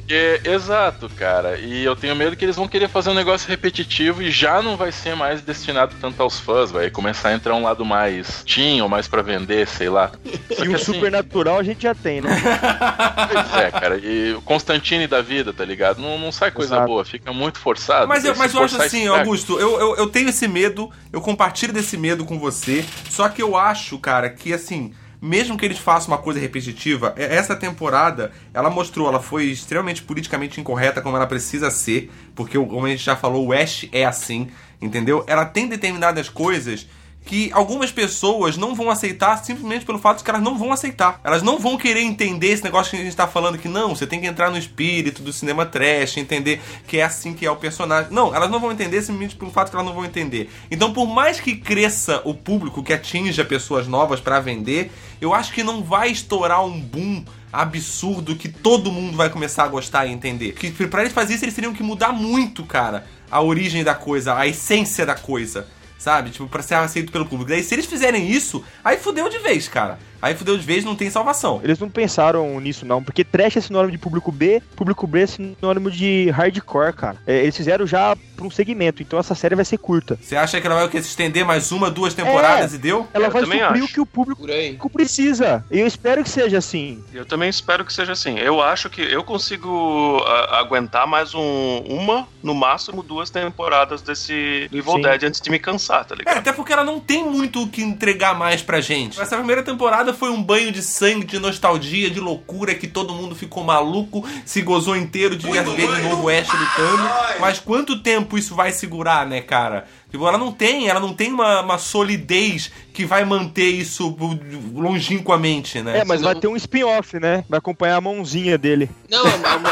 Speaker 7: Porque, exato, cara. E eu tenho medo que eles vão querer fazer um negócio repetitivo e já não vai ser mais destinado tanto aos fãs. Vai começar a entrar um lado mais teen ou mais pra vender, sei lá.
Speaker 5: Só e o assim, Supernatural a gente já tem, né?
Speaker 7: Pois é, cara. E o Constantine da vida, tá ligado? Não, não sai coisa exato. Boa, fica muito forçado.
Speaker 2: Mas eu, mas eu acho assim, Augusto, eu, eu, eu tenho esse medo, eu compartilho desse medo com você, só que eu acho, cara, que assim... Mesmo que eles façam uma coisa repetitiva, essa temporada, ela mostrou, ela foi extremamente politicamente incorreta como ela precisa ser, porque, como a gente já falou, o Ash é assim, entendeu? Ela tem determinadas coisas que algumas pessoas não vão aceitar simplesmente pelo fato de que elas não vão aceitar. Elas não vão querer entender esse negócio que a gente tá falando, que não, você tem que entrar no espírito do cinema trash, entender que é assim que é o personagem. Não, elas não vão entender simplesmente pelo fato que elas não vão entender. Então, por mais que cresça o público, que atinja pessoas novas pra vender, eu acho que não vai estourar um boom absurdo que todo mundo vai começar a gostar e entender. Que pra eles fazer isso, eles teriam que mudar muito, cara, a origem da coisa, a essência da coisa. Sabe? Tipo, pra ser aceito pelo público. Daí, se eles fizerem isso, aí fudeu de vez, cara. Aí fudeu de vez, não tem salvação.
Speaker 5: Eles não pensaram nisso, não. Porque trash é sinônimo de público B, público B é sinônimo de hardcore, cara. É, eles fizeram já pra um segmento, então essa série vai ser curta.
Speaker 2: Você acha que ela vai o quê? Se estender mais uma, duas temporadas é, e deu?
Speaker 5: Ela
Speaker 3: eu
Speaker 5: vai suprir
Speaker 3: acho.
Speaker 5: o que o público precisa. E eu espero que seja assim.
Speaker 3: Eu também espero que seja assim. Eu acho que eu consigo a, aguentar mais um, uma, no máximo duas temporadas desse Evil Sim. Dead antes de me cansar, tá ligado?
Speaker 2: É, até porque ela não tem muito o que entregar mais pra gente. Essa primeira temporada foi um banho de sangue, de nostalgia, de loucura, que todo mundo ficou maluco, se gozou inteiro de ver de novo o Ash lutando. Mas quanto tempo isso vai segurar, né, cara? Tipo, ela não tem, ela não tem uma, uma solidez que vai manter isso longínquamente, né?
Speaker 5: É, mas Senão... vai ter um spin-off, né? Vai acompanhar a mãozinha dele.
Speaker 4: Não, a,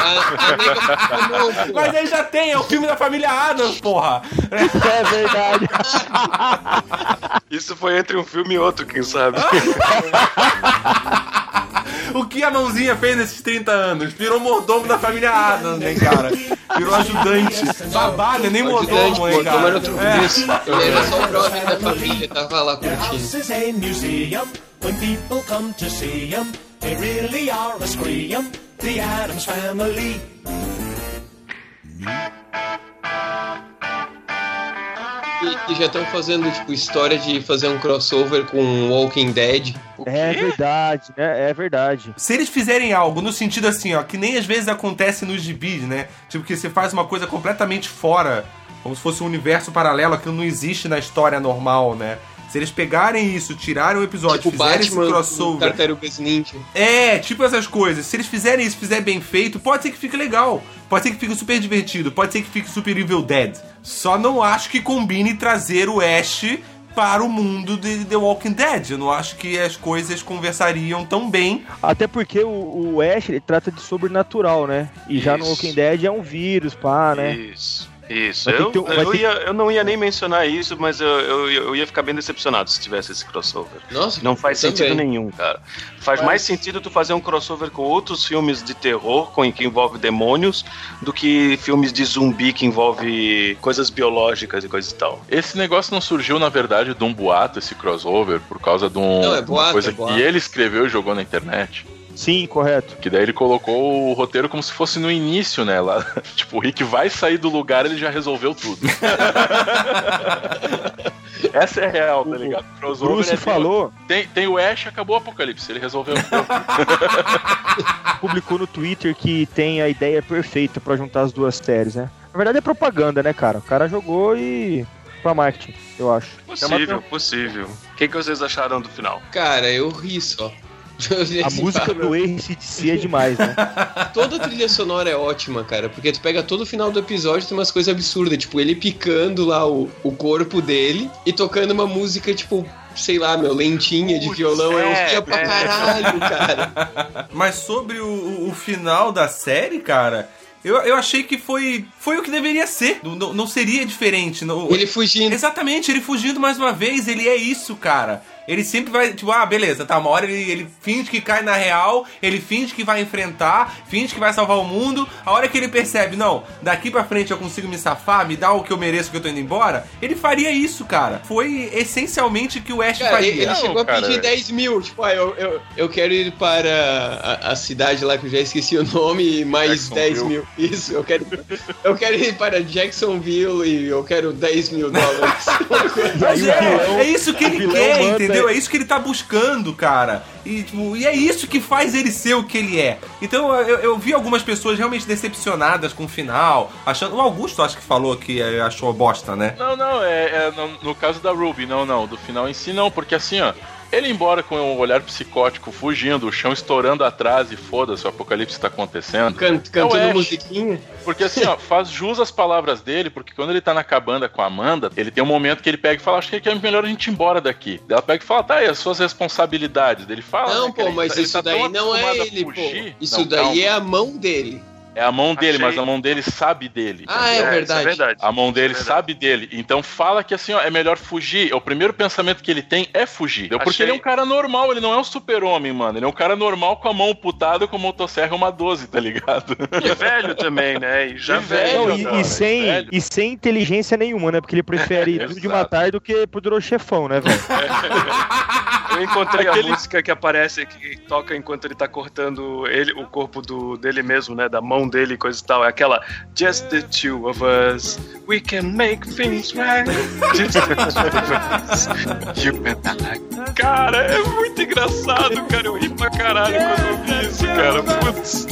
Speaker 4: a, a, a mão,
Speaker 2: mas aí já tem, é o filme da família Addams, porra!
Speaker 5: É verdade.
Speaker 3: Isso foi entre um filme e outro, quem sabe?
Speaker 2: O que a mãozinha fez nesses trinta anos? Virou mordomo da família Addams, né, cara? Virou ajudante. Babá, né? Nem mordomo, hein, cara?
Speaker 4: Era outro é. Ele era só o brother da família, tava lá curtindo. E, e já estão fazendo, tipo, história de fazer um crossover com Walking Dead.
Speaker 5: É verdade, né? É verdade.
Speaker 2: Se eles fizerem algo no sentido assim, ó, que nem às vezes acontece nos gibis, né? Tipo, que você faz uma coisa completamente fora, como se fosse um universo paralelo, aquilo não existe na história normal, né? Se eles pegarem isso, tirarem o episódio, tipo fizerem
Speaker 4: Batman,
Speaker 2: esse crossover...
Speaker 4: Tartarugas Ninja.
Speaker 2: É, tipo essas coisas. Se eles fizerem isso, fizer bem feito, pode ser que fique legal. Pode ser que fique super divertido. Pode ser que fique super Evil Dead. Só não acho que combine trazer o Ash para o mundo de The Walking Dead. Eu não acho que as coisas conversariam tão bem.
Speaker 5: Até porque o, o Ash, ele trata de sobrenatural, né? E isso. Já no Walking Dead é um vírus, pá, né?
Speaker 3: Isso. Isso, eu, um, eu, ia, eu não ia nem mencionar isso, mas eu, eu, eu ia ficar bem decepcionado se tivesse esse crossover.
Speaker 4: Nossa,
Speaker 3: não faz sentido
Speaker 4: também.
Speaker 3: nenhum, cara. Faz mas... mais sentido tu fazer um crossover com outros filmes de terror com, que envolve demônios do que filmes de zumbi que envolve coisas biológicas e coisa e tal.
Speaker 7: Esse negócio não surgiu, na verdade, de um boato, esse crossover, por causa de um,
Speaker 4: não, é boato,
Speaker 7: uma coisa
Speaker 4: é boato.
Speaker 7: que ele escreveu e jogou na internet.
Speaker 5: Sim, correto.
Speaker 7: Que daí ele colocou o roteiro como se fosse no início, né? Lá, tipo, o Rick vai sair do lugar, ele já resolveu tudo. Essa é real, tá ligado?
Speaker 5: O Crossover Bruce é falou...
Speaker 7: Tem, tem o Ash, acabou o apocalipse, ele resolveu tudo.
Speaker 5: Publicou no Twitter que tem a ideia perfeita pra juntar as duas séries, né? Na verdade é propaganda, né, cara? O cara jogou e... pra marketing, eu acho.
Speaker 3: Possível, possível. O que, que vocês acharam do final?
Speaker 4: Cara, eu ri só.
Speaker 5: A música do A C D C é demais, né?
Speaker 4: Toda a trilha sonora é ótima, cara, porque tu pega todo o final do episódio, tem umas coisas absurdas, tipo, ele picando lá o, o corpo dele e tocando uma música, tipo, sei lá, meu, lentinha de violão, é, eu ria pra é. caralho, cara.
Speaker 2: Mas sobre o, o final da série, cara... Eu, eu achei que foi, foi o que deveria ser. Não, não seria diferente. Não,
Speaker 4: ele fugindo.
Speaker 2: Exatamente, ele fugindo mais uma vez. Ele é isso, cara. Ele sempre vai, tipo, ah, beleza, tá, uma hora ele, ele finge que cai na real, ele finge que vai enfrentar, finge que vai salvar o mundo, a hora que ele percebe, não, daqui pra frente eu consigo me safar, me dar o que eu mereço que eu tô indo embora, ele faria isso, cara. Foi essencialmente o que o Ash
Speaker 4: cara,
Speaker 2: faria.
Speaker 4: Ele, ele chegou
Speaker 7: não,
Speaker 4: a
Speaker 7: cara.
Speaker 4: pedir dez mil, tipo, ah, eu, eu, eu quero ir para a, a cidade lá que eu já esqueci o nome, mais dez mil. Isso, eu quero, eu quero ir para Jacksonville e eu quero dez mil dólares.
Speaker 2: Mas é, é isso que ele
Speaker 5: vilão
Speaker 2: quer,
Speaker 5: manda-
Speaker 2: entendeu? É isso que ele tá buscando, cara. E, tipo, e é isso que faz ele ser o que ele é. Então eu, eu vi algumas pessoas realmente decepcionadas com o final, achando. O Augusto acho que falou que é, achou bosta, né?
Speaker 7: Não, não, é, é no, no caso da Ruby, não, não, do final em si não, porque assim, ó, ele embora com um olhar psicótico, fugindo, o chão estourando atrás e foda-se, o apocalipse tá acontecendo.
Speaker 4: Can,
Speaker 7: É o
Speaker 4: cantando
Speaker 7: Ash.
Speaker 4: musiquinha.
Speaker 7: Porque assim, ó, faz jus às palavras dele, porque quando ele tá na cabana com a Amanda, ele tem um momento que ele pega e fala, acho que é melhor a gente ir embora daqui. Daí ela pega e fala, tá, e as suas responsabilidades? Daí ele fala,
Speaker 4: Não,
Speaker 7: né,
Speaker 4: pô,
Speaker 7: ele
Speaker 4: mas
Speaker 7: tá- ele
Speaker 4: isso
Speaker 7: tá tão
Speaker 4: daí não é
Speaker 7: acostumado a
Speaker 4: ele, pô.
Speaker 7: fugir.
Speaker 4: Isso
Speaker 7: Não,
Speaker 4: daí
Speaker 7: calma.
Speaker 4: é a mão dele.
Speaker 7: É a mão dele,
Speaker 3: Achei.
Speaker 7: mas a mão dele sabe dele.
Speaker 4: Ah, é,
Speaker 3: isso
Speaker 4: verdade.
Speaker 3: é verdade.
Speaker 7: A mão dele
Speaker 3: Isso é
Speaker 7: sabe dele. Então fala que assim, ó, é melhor fugir. O primeiro pensamento que ele tem é fugir. Porque
Speaker 3: Achei.
Speaker 7: ele é um cara normal, ele não é um super-homem, mano. Ele é um cara normal com a mão putada com a motosserra uma doze, tá ligado?
Speaker 3: E velho também, né? E já
Speaker 7: E
Speaker 3: velho.
Speaker 7: velho,
Speaker 5: Não, e,
Speaker 7: cara,
Speaker 5: e sem,
Speaker 7: velho.
Speaker 5: e sem inteligência nenhuma, né? Porque ele prefere Duro de
Speaker 7: Exato.
Speaker 5: Matar do que Poderoso Chefão, né, velho?
Speaker 3: Eu encontrei
Speaker 7: Aquele-
Speaker 3: a música que aparece, que toca enquanto ele tá cortando ele, o corpo do, dele mesmo, né? Da mão dele e coisa e tal. É aquela Just the two of us, we can make things right. Just the two of us, you and I. Cara, é muito engraçado, cara. Eu ri pra caralho quando eu vi isso, cara. Putz.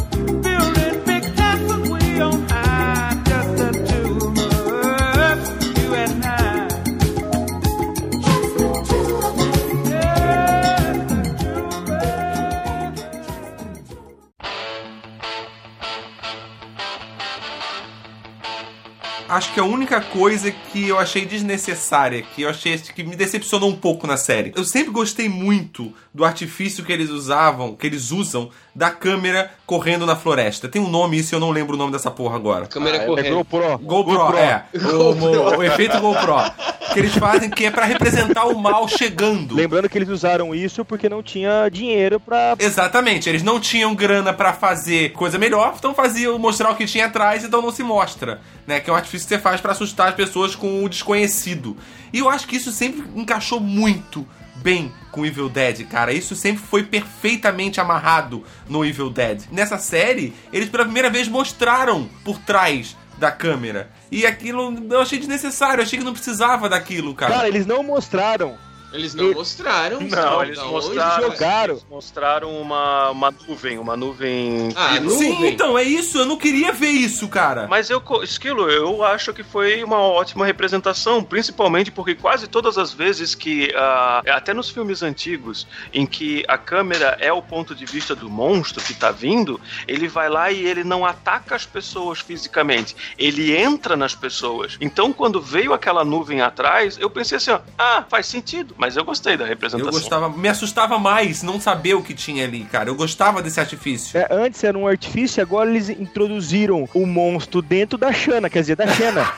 Speaker 2: Acho que a única coisa que eu achei desnecessária, que eu achei que me decepcionou um pouco na série. Eu sempre gostei muito do artifício que eles usavam, que eles usam, da câmera correndo na floresta. Tem um nome isso, eu não lembro o nome dessa porra agora.
Speaker 4: Câmera
Speaker 5: É
Speaker 4: correndo.
Speaker 5: GoPro.
Speaker 2: GoPro, é. O, o- o efeito GoPro. Que eles fazem que é pra representar o mal chegando.
Speaker 5: Lembrando que eles usaram isso porque não tinha dinheiro pra...
Speaker 2: Exatamente, eles não tinham grana pra fazer coisa melhor, então faziam mostrar o que tinha atrás, então não se mostra, né? Que é um artifício que você faz pra assustar as pessoas com o desconhecido. E eu acho que isso sempre encaixou muito bem com Evil Dead, cara. Isso sempre foi perfeitamente amarrado no Evil Dead. Nessa série, eles pela primeira vez mostraram por trás da câmera. E aquilo eu achei desnecessário, eu achei que não precisava daquilo, cara.
Speaker 5: Cara, eles não mostraram.
Speaker 4: Eles não mostraram.
Speaker 3: Não, eles
Speaker 4: Da onde
Speaker 3: mostraram,
Speaker 5: jogaram?
Speaker 3: eles mostraram uma, uma nuvem, uma nuvem.
Speaker 4: Ah,
Speaker 3: viva.
Speaker 2: Sim,
Speaker 4: nuvem.
Speaker 2: então, é isso, eu não queria ver isso, cara.
Speaker 3: Mas eu, co- Esquilo, eu acho que foi uma ótima representação, principalmente porque quase todas as vezes que, ah, até nos filmes antigos, em que a câmera é o ponto de vista do monstro que tá vindo, ele vai lá e ele não ataca as pessoas fisicamente, ele entra nas pessoas. Então, quando veio aquela nuvem atrás, eu pensei assim, ó, ah, faz sentido, mas eu gostei da representação.
Speaker 2: Eu gostava, me assustava mais não saber o que tinha ali, cara. Eu gostava desse artifício.
Speaker 5: É, antes era um artifício, agora eles introduziram o monstro dentro da Xana, quer dizer, da Xena.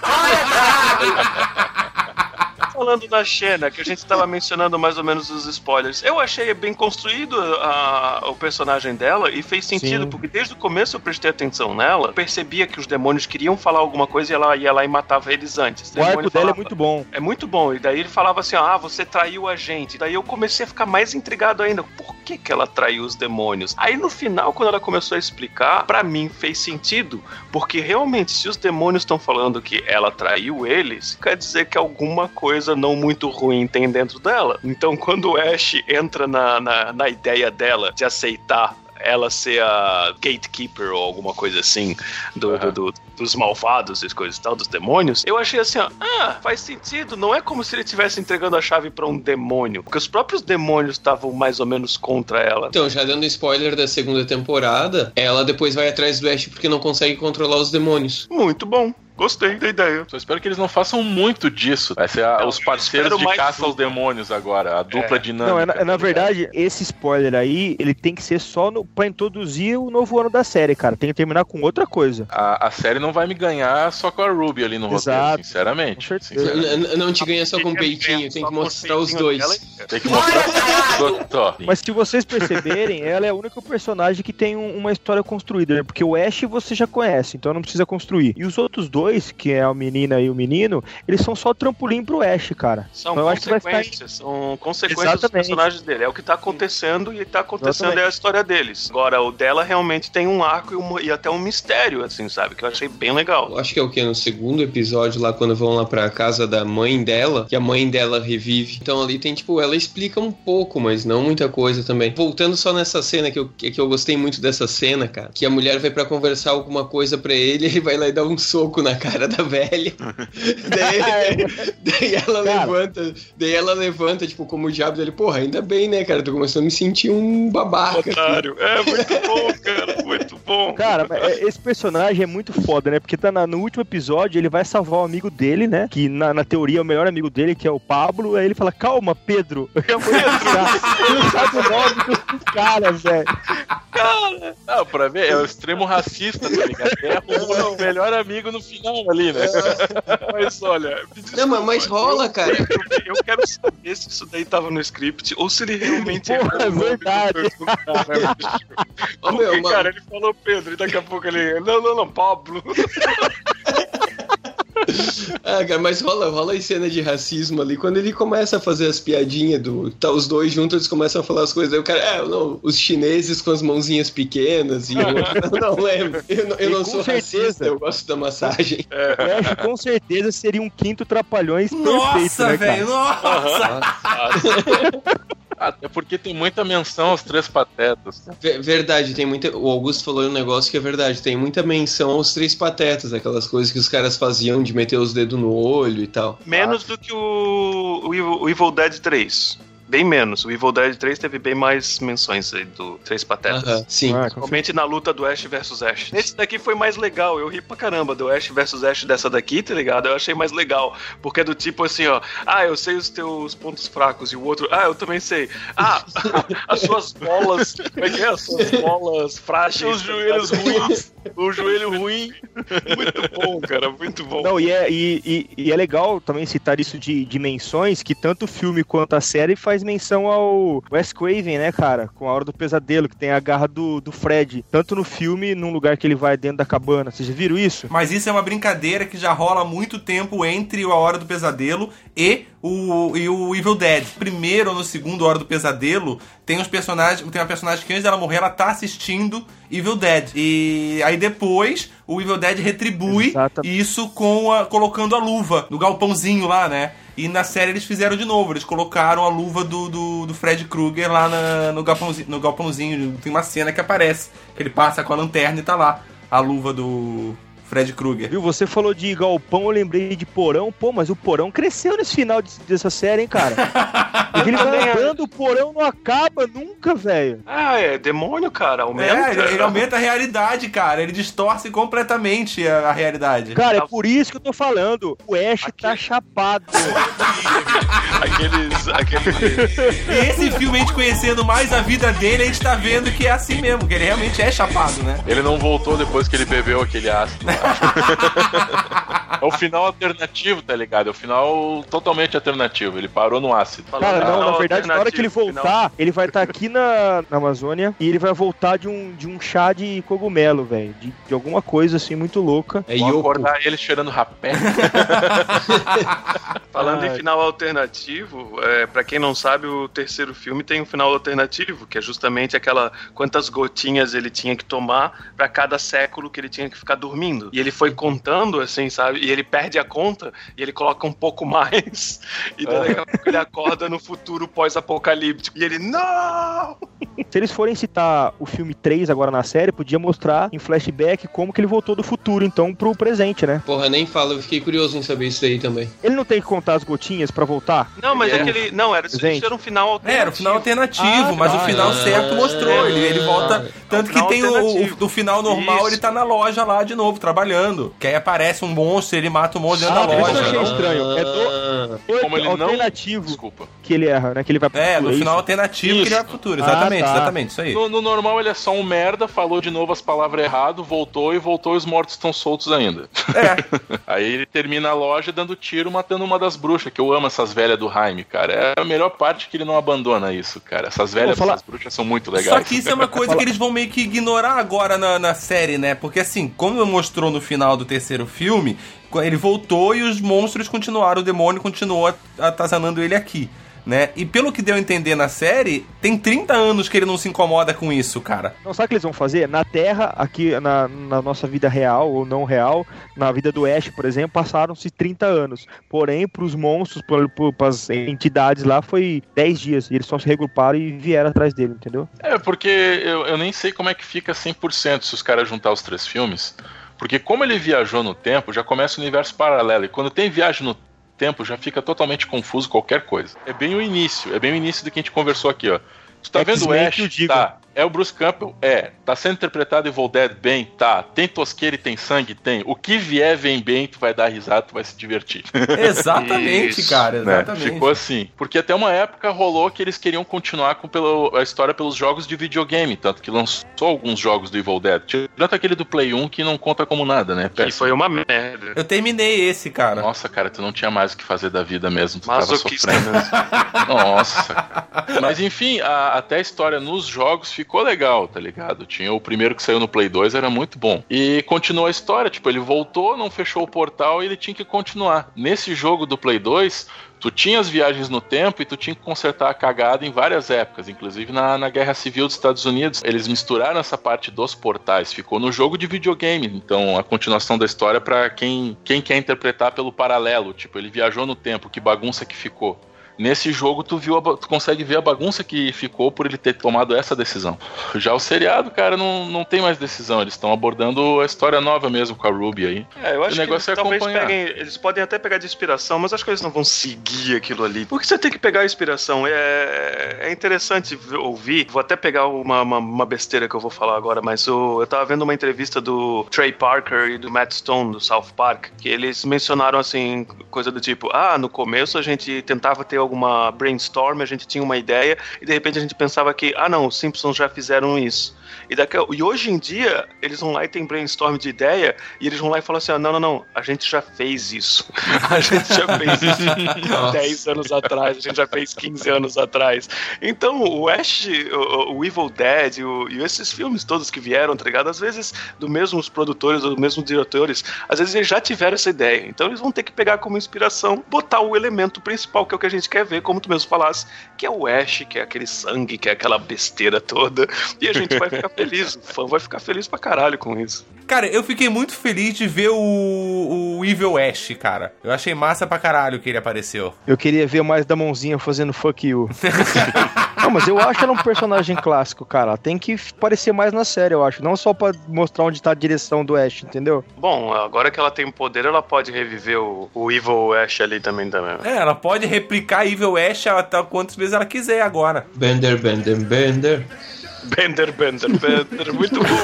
Speaker 3: Falando da Xena, que a gente estava mencionando mais ou menos os spoilers, eu achei bem construído a- o personagem dela e fez sentido,
Speaker 5: Sim.
Speaker 3: porque desde o começo eu prestei atenção nela, percebia que os demônios queriam falar alguma coisa e ela ia lá e matava eles antes.
Speaker 5: O arco
Speaker 3: demônio
Speaker 5: dela é
Speaker 3: falava-
Speaker 5: muito bom.
Speaker 3: É muito bom, e daí ele falava assim, ah, você traiu a gente. Daí eu comecei a ficar mais intrigado ainda, por que que ela traiu os demônios? Aí no final, quando ela começou a explicar, pra mim fez sentido, porque realmente, se os demônios estão falando que ela traiu eles, quer dizer que alguma coisa não muito ruim tem dentro dela. Então quando o Ash entra na, na, na ideia dela de aceitar ela ser a gatekeeper ou alguma coisa assim do,
Speaker 7: Uhum.
Speaker 3: do- do- dos malvados e coisas e tal, dos demônios, eu achei assim, ó, ah, faz sentido, não é como se ele estivesse entregando a chave pra um demônio, porque os próprios demônios estavam mais ou menos contra ela.
Speaker 4: Então, já dando spoiler da segunda temporada, ela depois vai atrás do Ash porque não consegue controlar os demônios.
Speaker 3: Muito bom. Gostei da ideia.
Speaker 7: Só espero que eles não façam muito disso. Vai ser a,
Speaker 3: Não,
Speaker 7: os parceiros de caça
Speaker 3: tudo.
Speaker 7: aos demônios agora, a dupla
Speaker 3: É.
Speaker 7: dinâmica.
Speaker 5: Não, é, na, é, na
Speaker 7: tá
Speaker 5: verdade, esse spoiler aí, ele tem que ser só no, pra introduzir o novo ano da série, cara. Tem que terminar com outra coisa.
Speaker 7: A, a série não vai me ganhar só com a Ruby ali no
Speaker 5: Exato.
Speaker 7: roteiro, sinceramente.
Speaker 5: Com certeza.
Speaker 7: sinceramente.
Speaker 4: N- Não te ganha só com peitinho, tem que mostrar os dois.
Speaker 7: Tem que mostrar tudo. Ó.
Speaker 5: Mas se vocês perceberem, ela é a única personagem que tem um- uma história construída, né? Porque o Ash você já conhece, então não precisa construir. E os outros dois, que é a menina e o menino, eles são só trampolim pro Ash, cara.
Speaker 3: São
Speaker 5: Então eu acho que vai ficar...
Speaker 3: consequências, são consequências dos
Speaker 5: Exatamente.
Speaker 3: personagens dele. É o que tá acontecendo e tá acontecendo
Speaker 5: Exatamente.
Speaker 3: é a história deles. Agora, o dela realmente tem um arco e, uma- e até um mistério, assim, sabe? Que eu achei bem legal.
Speaker 4: Eu acho que é o que? No segundo episódio, lá quando vão lá pra casa da mãe dela, que a mãe dela revive. Então ali tem, tipo, ela explica um pouco, mas não muita coisa também. Voltando só nessa cena, que eu, que eu gostei muito dessa cena, cara, que a mulher vai pra conversar alguma coisa pra ele, ele vai lá e dá um soco na cara da velha. daí, daí ela
Speaker 5: Cara.
Speaker 4: levanta, daí ela levanta, tipo, como o diabo dele, porra, ainda bem, né, cara, tô começando a me sentir um babaca.
Speaker 3: Otário. É muito bom, cara. Muito bom.
Speaker 5: Cara, mas, é, esse personagem é muito foda, né? Porque tá na- no último episódio, ele vai salvar o amigo dele, né? Que na, na teoria é o melhor amigo dele, que é o Pablo. Aí ele fala, calma, Pedro. Eu já vou tirar. Ele não sabe o nome dos caras, velho.
Speaker 7: Não, pra ver, é o extremo racista, tá ligado? É o melhor amigo no final ali, né?
Speaker 3: Mas olha, me
Speaker 4: Não, mas, mas
Speaker 3: desculpa,
Speaker 4: rola, cara.
Speaker 3: Eu, eu quero saber se isso daí tava no script ou se ele realmente
Speaker 5: Porra, é
Speaker 3: errou o nome
Speaker 5: verdade.
Speaker 3: do- do cara, bicho.
Speaker 4: Ô,
Speaker 3: Porque,
Speaker 4: meu,
Speaker 3: cara, ele falou Pedro e daqui a pouco ele. Não, não, não, Pablo.
Speaker 4: Ah, cara, mas rola, rola em cena de racismo ali, quando ele começa a fazer as piadinhas do... Tá os dois juntos, eles começam a falar as coisas, aí o cara, é, não, os chineses com as mãozinhas pequenas e o outro, não lembro. Eu não, eu
Speaker 5: E
Speaker 4: não
Speaker 5: com
Speaker 4: sou
Speaker 5: certeza.
Speaker 4: racista, eu gosto da massagem.
Speaker 5: O Ash com certeza seria um quinto Trapalhões perfeito,
Speaker 2: Nossa,
Speaker 5: né, cara?
Speaker 2: velho, nossa!
Speaker 7: Até porque tem muita menção aos Três Patetas.
Speaker 4: Ver- Verdade, tem muita... O Augusto falou um negócio que é verdade, tem muita menção aos Três Patetas, aquelas coisas que os caras faziam de meter os dedos no olho e tal.
Speaker 3: Menos do que o, o, Evil, o Evil Dead três. Bem menos. O Evil Dead três teve bem mais menções aí do Três Patetas.
Speaker 4: Aham, sim.
Speaker 5: Ah, com
Speaker 3: Principalmente na luta do Ash versus Ash. Esse daqui foi mais legal, eu ri pra caramba do Ash versus Ash dessa daqui, tá ligado? Eu achei mais legal, porque é do tipo assim, ó, ah, eu sei os teus pontos fracos, e o outro, ah, eu também sei. Ah, as suas bolas, como é que é? As suas bolas frágeis. Os joelhos ruins. O joelho ruim. Muito bom, cara, muito bom.
Speaker 5: Não, e é, e, e- e é legal também citar isso de dimensões, que tanto o filme quanto a série faz menção ao Wes Craven, né, cara? Com A Hora do Pesadelo, que tem a garra do, do Fred. Tanto no filme, num lugar que ele vai dentro da cabana. Vocês já viram isso?
Speaker 2: Mas isso é uma brincadeira que já rola há muito tempo entre A Hora do Pesadelo e o, e o Evil Dead. Primeiro ou no segundo Hora do Pesadelo, tem uns personagens, tem uma personagem que antes dela morrer, ela tá assistindo Evil Dead. E aí depois o Evil Dead retribui
Speaker 5: Exata-
Speaker 2: isso com a, colocando a luva no galpãozinho lá, né? E na série eles fizeram de novo, eles colocaram a luva do, do, do Fred Krueger lá na- no, galpãozinho, no galpãozinho. Tem uma cena que aparece, que ele passa com a lanterna e tá lá a luva do Fred Krueger.
Speaker 5: Viu? Você falou de galpão, eu lembrei de porão. Pô, mas o porão cresceu nesse final de- dessa série, hein, cara? Porque ele vai andando, o porão não acaba nunca, velho.
Speaker 3: Ah, é demônio, cara, aumenta.
Speaker 2: É, ele, ele aumenta a realidade, cara. Ele distorce completamente a, a realidade.
Speaker 5: Cara, é por isso que eu tô falando. O Ash tá chapado.
Speaker 3: Aqueles. aqueles...
Speaker 2: E esse filme, a gente conhecendo mais a vida dele, a gente tá vendo que é assim mesmo, que ele realmente é chapado, né?
Speaker 7: Ele não voltou depois que ele bebeu aquele ácido. É o final alternativo, tá ligado? É o final totalmente alternativo. Ele parou no ácido.
Speaker 5: Cara, não,
Speaker 3: Final
Speaker 5: na verdade, na hora que ele
Speaker 3: alternativo,
Speaker 5: voltar, ele vai estar aqui na, na Amazônia e ele vai voltar de um, de um chá de cogumelo, velho. De, de alguma coisa assim muito louca.
Speaker 4: É
Speaker 7: Vou
Speaker 4: Yoko.
Speaker 7: acordar ele cheirando rapé.
Speaker 3: Falando
Speaker 5: Ai.
Speaker 3: em final alternativo, é, para quem não sabe, o terceiro filme tem um final alternativo, que é justamente aquela quantas gotinhas ele tinha que tomar pra cada século que ele tinha que ficar dormindo. E ele foi contando, assim, sabe? E ele perde a conta e ele coloca um pouco mais. E daí daqui a pouco ele acorda no futuro pós-apocalíptico. E ele, não!
Speaker 5: Se eles forem citar o filme três agora na série, podia mostrar em flashback como que ele voltou do futuro, então, pro presente, né?
Speaker 4: Porra, nem fala, eu fiquei curioso em saber isso daí também.
Speaker 5: Ele não tem que contar as gotinhas pra voltar?
Speaker 3: Não, mas
Speaker 4: É.
Speaker 3: aquele... Não, era, isso era um final alternativo.
Speaker 2: É, era o final alternativo,
Speaker 5: Ah,
Speaker 2: mas
Speaker 5: tá.
Speaker 2: o final certo mostrou. Ele, ele volta. Tanto que
Speaker 3: final
Speaker 2: tem o,
Speaker 3: alternativo.
Speaker 2: o do final normal,
Speaker 3: Isso.
Speaker 2: ele tá na loja lá de novo, trabalhando. Que aí aparece um monstro, ele mata o monstro dentro
Speaker 5: Ah,
Speaker 2: da
Speaker 5: por isso que eu
Speaker 2: loja.
Speaker 5: achei
Speaker 2: Não?
Speaker 5: estranho. É do
Speaker 7: Como ele não...
Speaker 5: alternativo
Speaker 7: Desculpa.
Speaker 5: que ele erra, né? Que ele vai pro
Speaker 2: É,
Speaker 5: futuro,
Speaker 2: no final
Speaker 5: isso?
Speaker 2: alternativo
Speaker 7: Isso.
Speaker 2: que ele vai pro futuro.
Speaker 5: Ah,
Speaker 2: Exatamente,
Speaker 5: tá.
Speaker 2: exatamente, isso aí.
Speaker 7: No, no normal ele é só um merda, falou de novo as palavras errado, voltou e voltou e os mortos estão soltos ainda.
Speaker 2: É.
Speaker 7: Aí ele termina a loja dando tiro, matando uma das bruxas, que eu amo essas velhas do Jaime, cara. É a melhor parte que ele não abandona isso, cara. Essas velhas,
Speaker 5: falar-
Speaker 7: essas bruxas são muito legais.
Speaker 2: Só que isso é uma coisa que eles vão meio que ignorar agora na, na série, né? Porque assim, como mostrou no final do terceiro filme, ele voltou e os monstros continuaram, o demônio continuou atazanando ele aqui, né? E pelo que deu a entender na série, tem trinta anos que ele não se incomoda com isso, cara.
Speaker 5: Não, sabe o que eles vão fazer? Na Terra, aqui na, na nossa vida real ou não real, na vida do Ash, por exemplo, passaram-se trinta anos. Porém, pros monstros, para as entidades lá, foi dez dias. E eles só se regruparam e vieram atrás dele, entendeu?
Speaker 7: É, porque eu, eu nem sei como é que fica cem por cento se os caras juntar os três filmes. Porque como ele viajou no tempo, já começa o universo paralelo. E quando tem viagem no tempo, já fica totalmente confuso qualquer coisa. É bem o início, é bem o início do que a gente conversou aqui, ó. Tu tá vendo o
Speaker 5: X-Men
Speaker 7: Ash?
Speaker 5: que eu digo.
Speaker 7: Tá. É o Bruce Campbell? É. Tá sendo interpretado Evil Dead? Bem, tá. Tem tosqueira e tem sangue? Tem. O que vier vem bem, tu vai dar risada, tu vai se divertir.
Speaker 2: Exatamente,
Speaker 3: Isso,
Speaker 2: cara,
Speaker 7: Né?
Speaker 2: exatamente.
Speaker 7: Ficou assim. Porque até uma época rolou que eles queriam continuar com pelo, a história pelos jogos de videogame, tanto que lançou alguns jogos do Evil Dead. Tirando aquele do Play um que não conta como nada, né?
Speaker 3: E
Speaker 7: Péssimo.
Speaker 3: foi uma merda.
Speaker 2: Eu terminei esse, cara.
Speaker 7: Nossa, cara, tu não tinha mais o que fazer da vida mesmo. Tu
Speaker 3: Masoquista
Speaker 7: tava sofrendo. Nossa. Mas enfim, a- até a história nos jogos ficou legal, tá ligado? Tinha o primeiro que saiu no Play dois, era muito bom. E continuou a história, tipo, ele voltou, não fechou o portal e ele tinha que continuar. Nesse jogo do Play dois, tu tinha as viagens no tempo e tu tinha que consertar a cagada em várias épocas, inclusive na, na Guerra Civil dos Estados Unidos. Eles misturaram essa parte dos portais, ficou no jogo de videogame. Então, a continuação da história pra quem, quem quer interpretar pelo paralelo. Tipo, ele viajou no tempo, que bagunça que ficou. Nesse jogo tu viu a ba- tu consegue ver a bagunça que ficou por ele ter tomado essa decisão. Já o seriado, cara, não, não tem mais decisão. Eles estão abordando a história nova mesmo com a Ruby aí.
Speaker 3: É, eu acho
Speaker 7: O negócio
Speaker 3: que
Speaker 7: é
Speaker 3: eles talvez
Speaker 7: acompanhar.
Speaker 3: peguem. Eles podem até pegar de inspiração, mas acho que eles não vão seguir aquilo ali. Porque você tem que pegar a inspiração. É, é interessante ver- ouvir. Vou até pegar uma, uma, uma besteira que eu vou falar agora, mas o, eu tava vendo uma entrevista do Trey Parker e do Matt Stone, do South Park, que eles mencionaram assim, coisa do tipo: ah, no começo a gente tentava ter alguma brainstorm, a gente tinha uma ideia, e de repente a gente pensava que, ah não, os Simpsons já fizeram isso. E, daqui, a- e hoje em dia, eles vão lá e tem brainstorm de ideia, e eles vão lá e falam assim, ah, não, não, não, a gente já fez isso. A gente já fez isso dez anos atrás, a gente já fez quinze anos atrás. Então, o Ash, o, o Evil Dead, o, e esses filmes todos que vieram, tá ligado? Às vezes, do mesmos produtores, dos mesmos diretores, às vezes eles já tiveram essa ideia. Então, eles vão ter que pegar como inspiração, botar o elemento principal, que é o que a gente quer ver, como tu mesmo falasse, que é o Ash, que é aquele sangue, que é aquela besteira toda, e a gente vai ficar feliz, o fã vai ficar feliz pra caralho com isso.
Speaker 2: Cara, eu fiquei muito feliz de ver o, o Evil Ash, cara. Eu achei massa pra caralho que ele apareceu.
Speaker 5: Eu queria ver mais da mãozinha fazendo fuck you. Não, mas eu acho ela um personagem clássico, cara. Tem que parecer mais na série, eu acho. Não só pra mostrar onde tá a direção do Ash, entendeu?
Speaker 3: Bom, agora que ela tem poder, ela pode reviver o, o Evil Ash ali também, também.
Speaker 2: É, ela pode replicar Evil Ash até quantas vezes ela quiser agora.
Speaker 4: Bender, Bender, Bender.
Speaker 3: Bender, Bender, Bender, muito bom.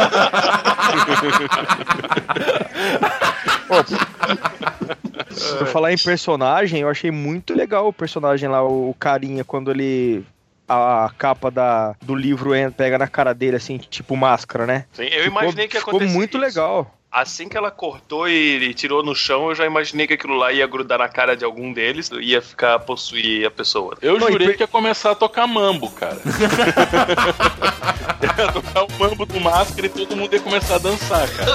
Speaker 5: Por falar em personagem, eu achei muito legal o personagem lá, o carinha, quando ele... A capa da, do livro entra- pega na cara dele, assim, tipo máscara, né?
Speaker 3: Sim, eu imaginei que ia
Speaker 5: Ficou
Speaker 3: acontecer
Speaker 5: muito
Speaker 3: isso.
Speaker 5: legal.
Speaker 3: Assim que ela cortou e, e tirou no chão, eu já imaginei que aquilo lá ia grudar na cara de algum deles e ia ficar possuir a pessoa.
Speaker 7: Eu
Speaker 5: Não,
Speaker 7: jurei
Speaker 5: e per-
Speaker 7: que ia começar a tocar mambo, cara. Ia tocar o mambo do Máscara e todo mundo ia começar a dançar, cara.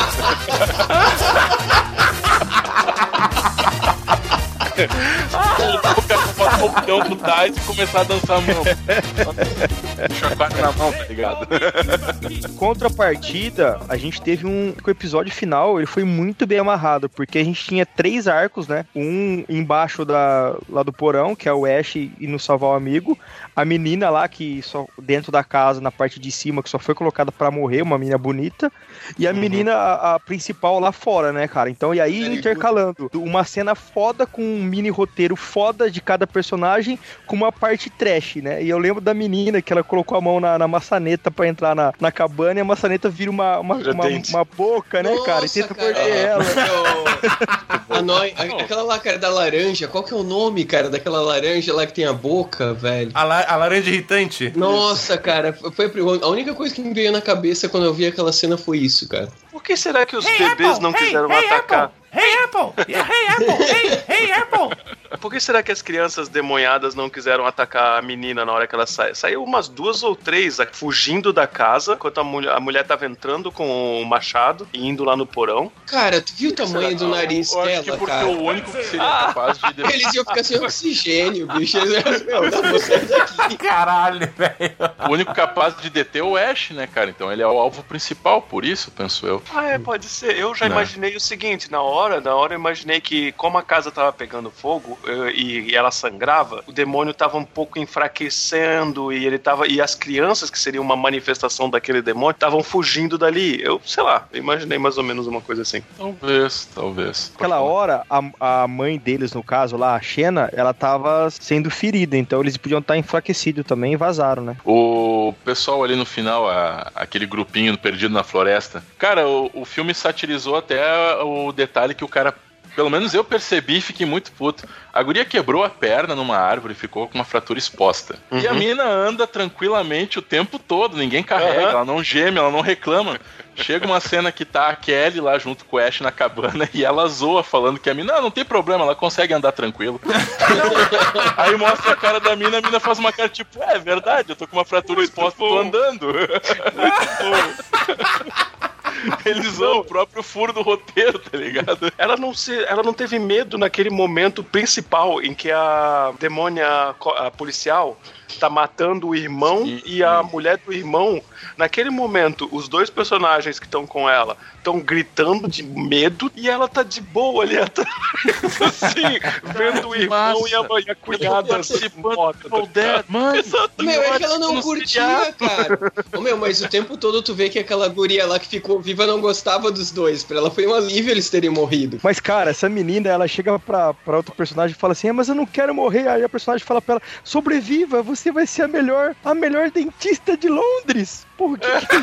Speaker 7: O cara botar o peão do Tais e começar a dançar a mão. Chacoalho na mão, tá ligado?
Speaker 5: Contrapartida, a gente teve um... O episódio final, ele foi muito bem amarrado, porque a gente tinha três arcos, né? Um embaixo da, lá do porão, que é o Ash indo salvar o amigo. A menina lá, que só dentro da casa, na parte de cima, que só foi colocada pra morrer, uma menina bonita. E a uhum. menina, a, a principal lá fora, né, cara? Então, e aí é intercalando uma cena foda com um mini roteiro foda de cada personagem com uma parte trash, né? E eu lembro da menina que ela colocou a mão na, na maçaneta pra entrar na, na cabana e a maçaneta vira uma, uma, uma, uma boca, né,
Speaker 4: Nossa,
Speaker 5: cara? E tenta
Speaker 4: cara.
Speaker 5: morder ela.
Speaker 4: a noi... Aquela lá, cara, da laranja, qual que é o nome, cara, daquela laranja lá que tem a boca, velho?
Speaker 2: A, la... a laranja irritante?
Speaker 4: Nossa, cara, foi a única coisa que me veio na cabeça quando eu vi aquela cena foi isso, cara.
Speaker 3: Por que será que os
Speaker 1: hey,
Speaker 3: bebês
Speaker 1: Apple,
Speaker 3: não
Speaker 1: hey,
Speaker 3: quiseram
Speaker 1: hey,
Speaker 3: atacar?
Speaker 1: Apple. Hey Apple! Yeah, hey Apple! Hey, hey Apple!
Speaker 3: Por que será que as crianças demonhadas não quiseram atacar a menina na hora que ela sai? Saiu umas duas ou três fugindo da casa, enquanto a mulher, a mulher tava entrando com o machado e indo lá no porão.
Speaker 4: Cara, tu viu o tamanho do nariz
Speaker 7: eu, eu
Speaker 4: dela,
Speaker 7: acho que porque
Speaker 4: cara?
Speaker 7: o único que seria capaz de...
Speaker 4: Eles iam ficar sem oxigênio, bicho. Meu, dá pra sair daqui.
Speaker 2: Caralho, velho.
Speaker 7: O único capaz de deter é o Ash, né, cara? Então ele é o alvo principal, por isso, penso eu.
Speaker 3: Ah, é, pode ser. Eu já
Speaker 7: Não.
Speaker 3: imaginei o seguinte, na hora, na hora eu imaginei que como a casa tava pegando fogo eu, e, e ela sangrava, o demônio tava um pouco enfraquecendo e ele tava, e as crianças, que seriam uma manifestação daquele demônio, estavam fugindo dali. Eu, sei lá, eu imaginei mais ou menos uma coisa assim.
Speaker 7: Talvez, talvez.
Speaker 5: Naquela hora, a, a mãe deles, no caso lá, a Xena, ela tava sendo ferida, então eles podiam estar enfraquecidos também e vazaram, né?
Speaker 7: O pessoal ali no final, a, aquele grupinho perdido na floresta, cara, o, o filme satirizou até o detalhe que o cara, pelo menos eu percebi e fiquei muito puto. A guria quebrou a perna numa árvore e ficou com uma fratura exposta. Uhum. E a mina anda tranquilamente o tempo todo, ninguém carrega, uhum. ela não geme, ela não reclama. Chega uma cena que tá a Kelly lá junto com o Ash na cabana e ela zoa falando que a mina, não, não tem problema, ela consegue andar tranquilo. Aí mostra a cara da mina, a mina faz uma cara tipo, é, é verdade, eu tô com uma fratura muito exposta, bom. Tô andando. Eles usam o próprio furo do roteiro, tá ligado?
Speaker 3: Ela não, se, ela não teve medo naquele momento principal em que a demônia a policial tá matando o irmão sim, e a sim. mulher do irmão. Naquele momento, os dois personagens que estão com ela estão gritando de medo e ela tá de boa ali atrás, assim, vendo o irmão Massa. e a, e a cunhada
Speaker 7: participando do Dead. Mãe,
Speaker 4: meu, é que ela não curtia, cara. Ô, meu, mas o tempo todo tu vê que aquela guria lá que ficou viva não gostava dos dois. Pra ela foi um alívio eles terem morrido.
Speaker 5: Mas, cara, essa menina, ela chega pra, pra outro personagem e fala assim, ah, mas eu não quero morrer. Aí a personagem fala pra ela, sobreviva, você vai ser a melhor, a melhor dentista de Londres. Porra, que que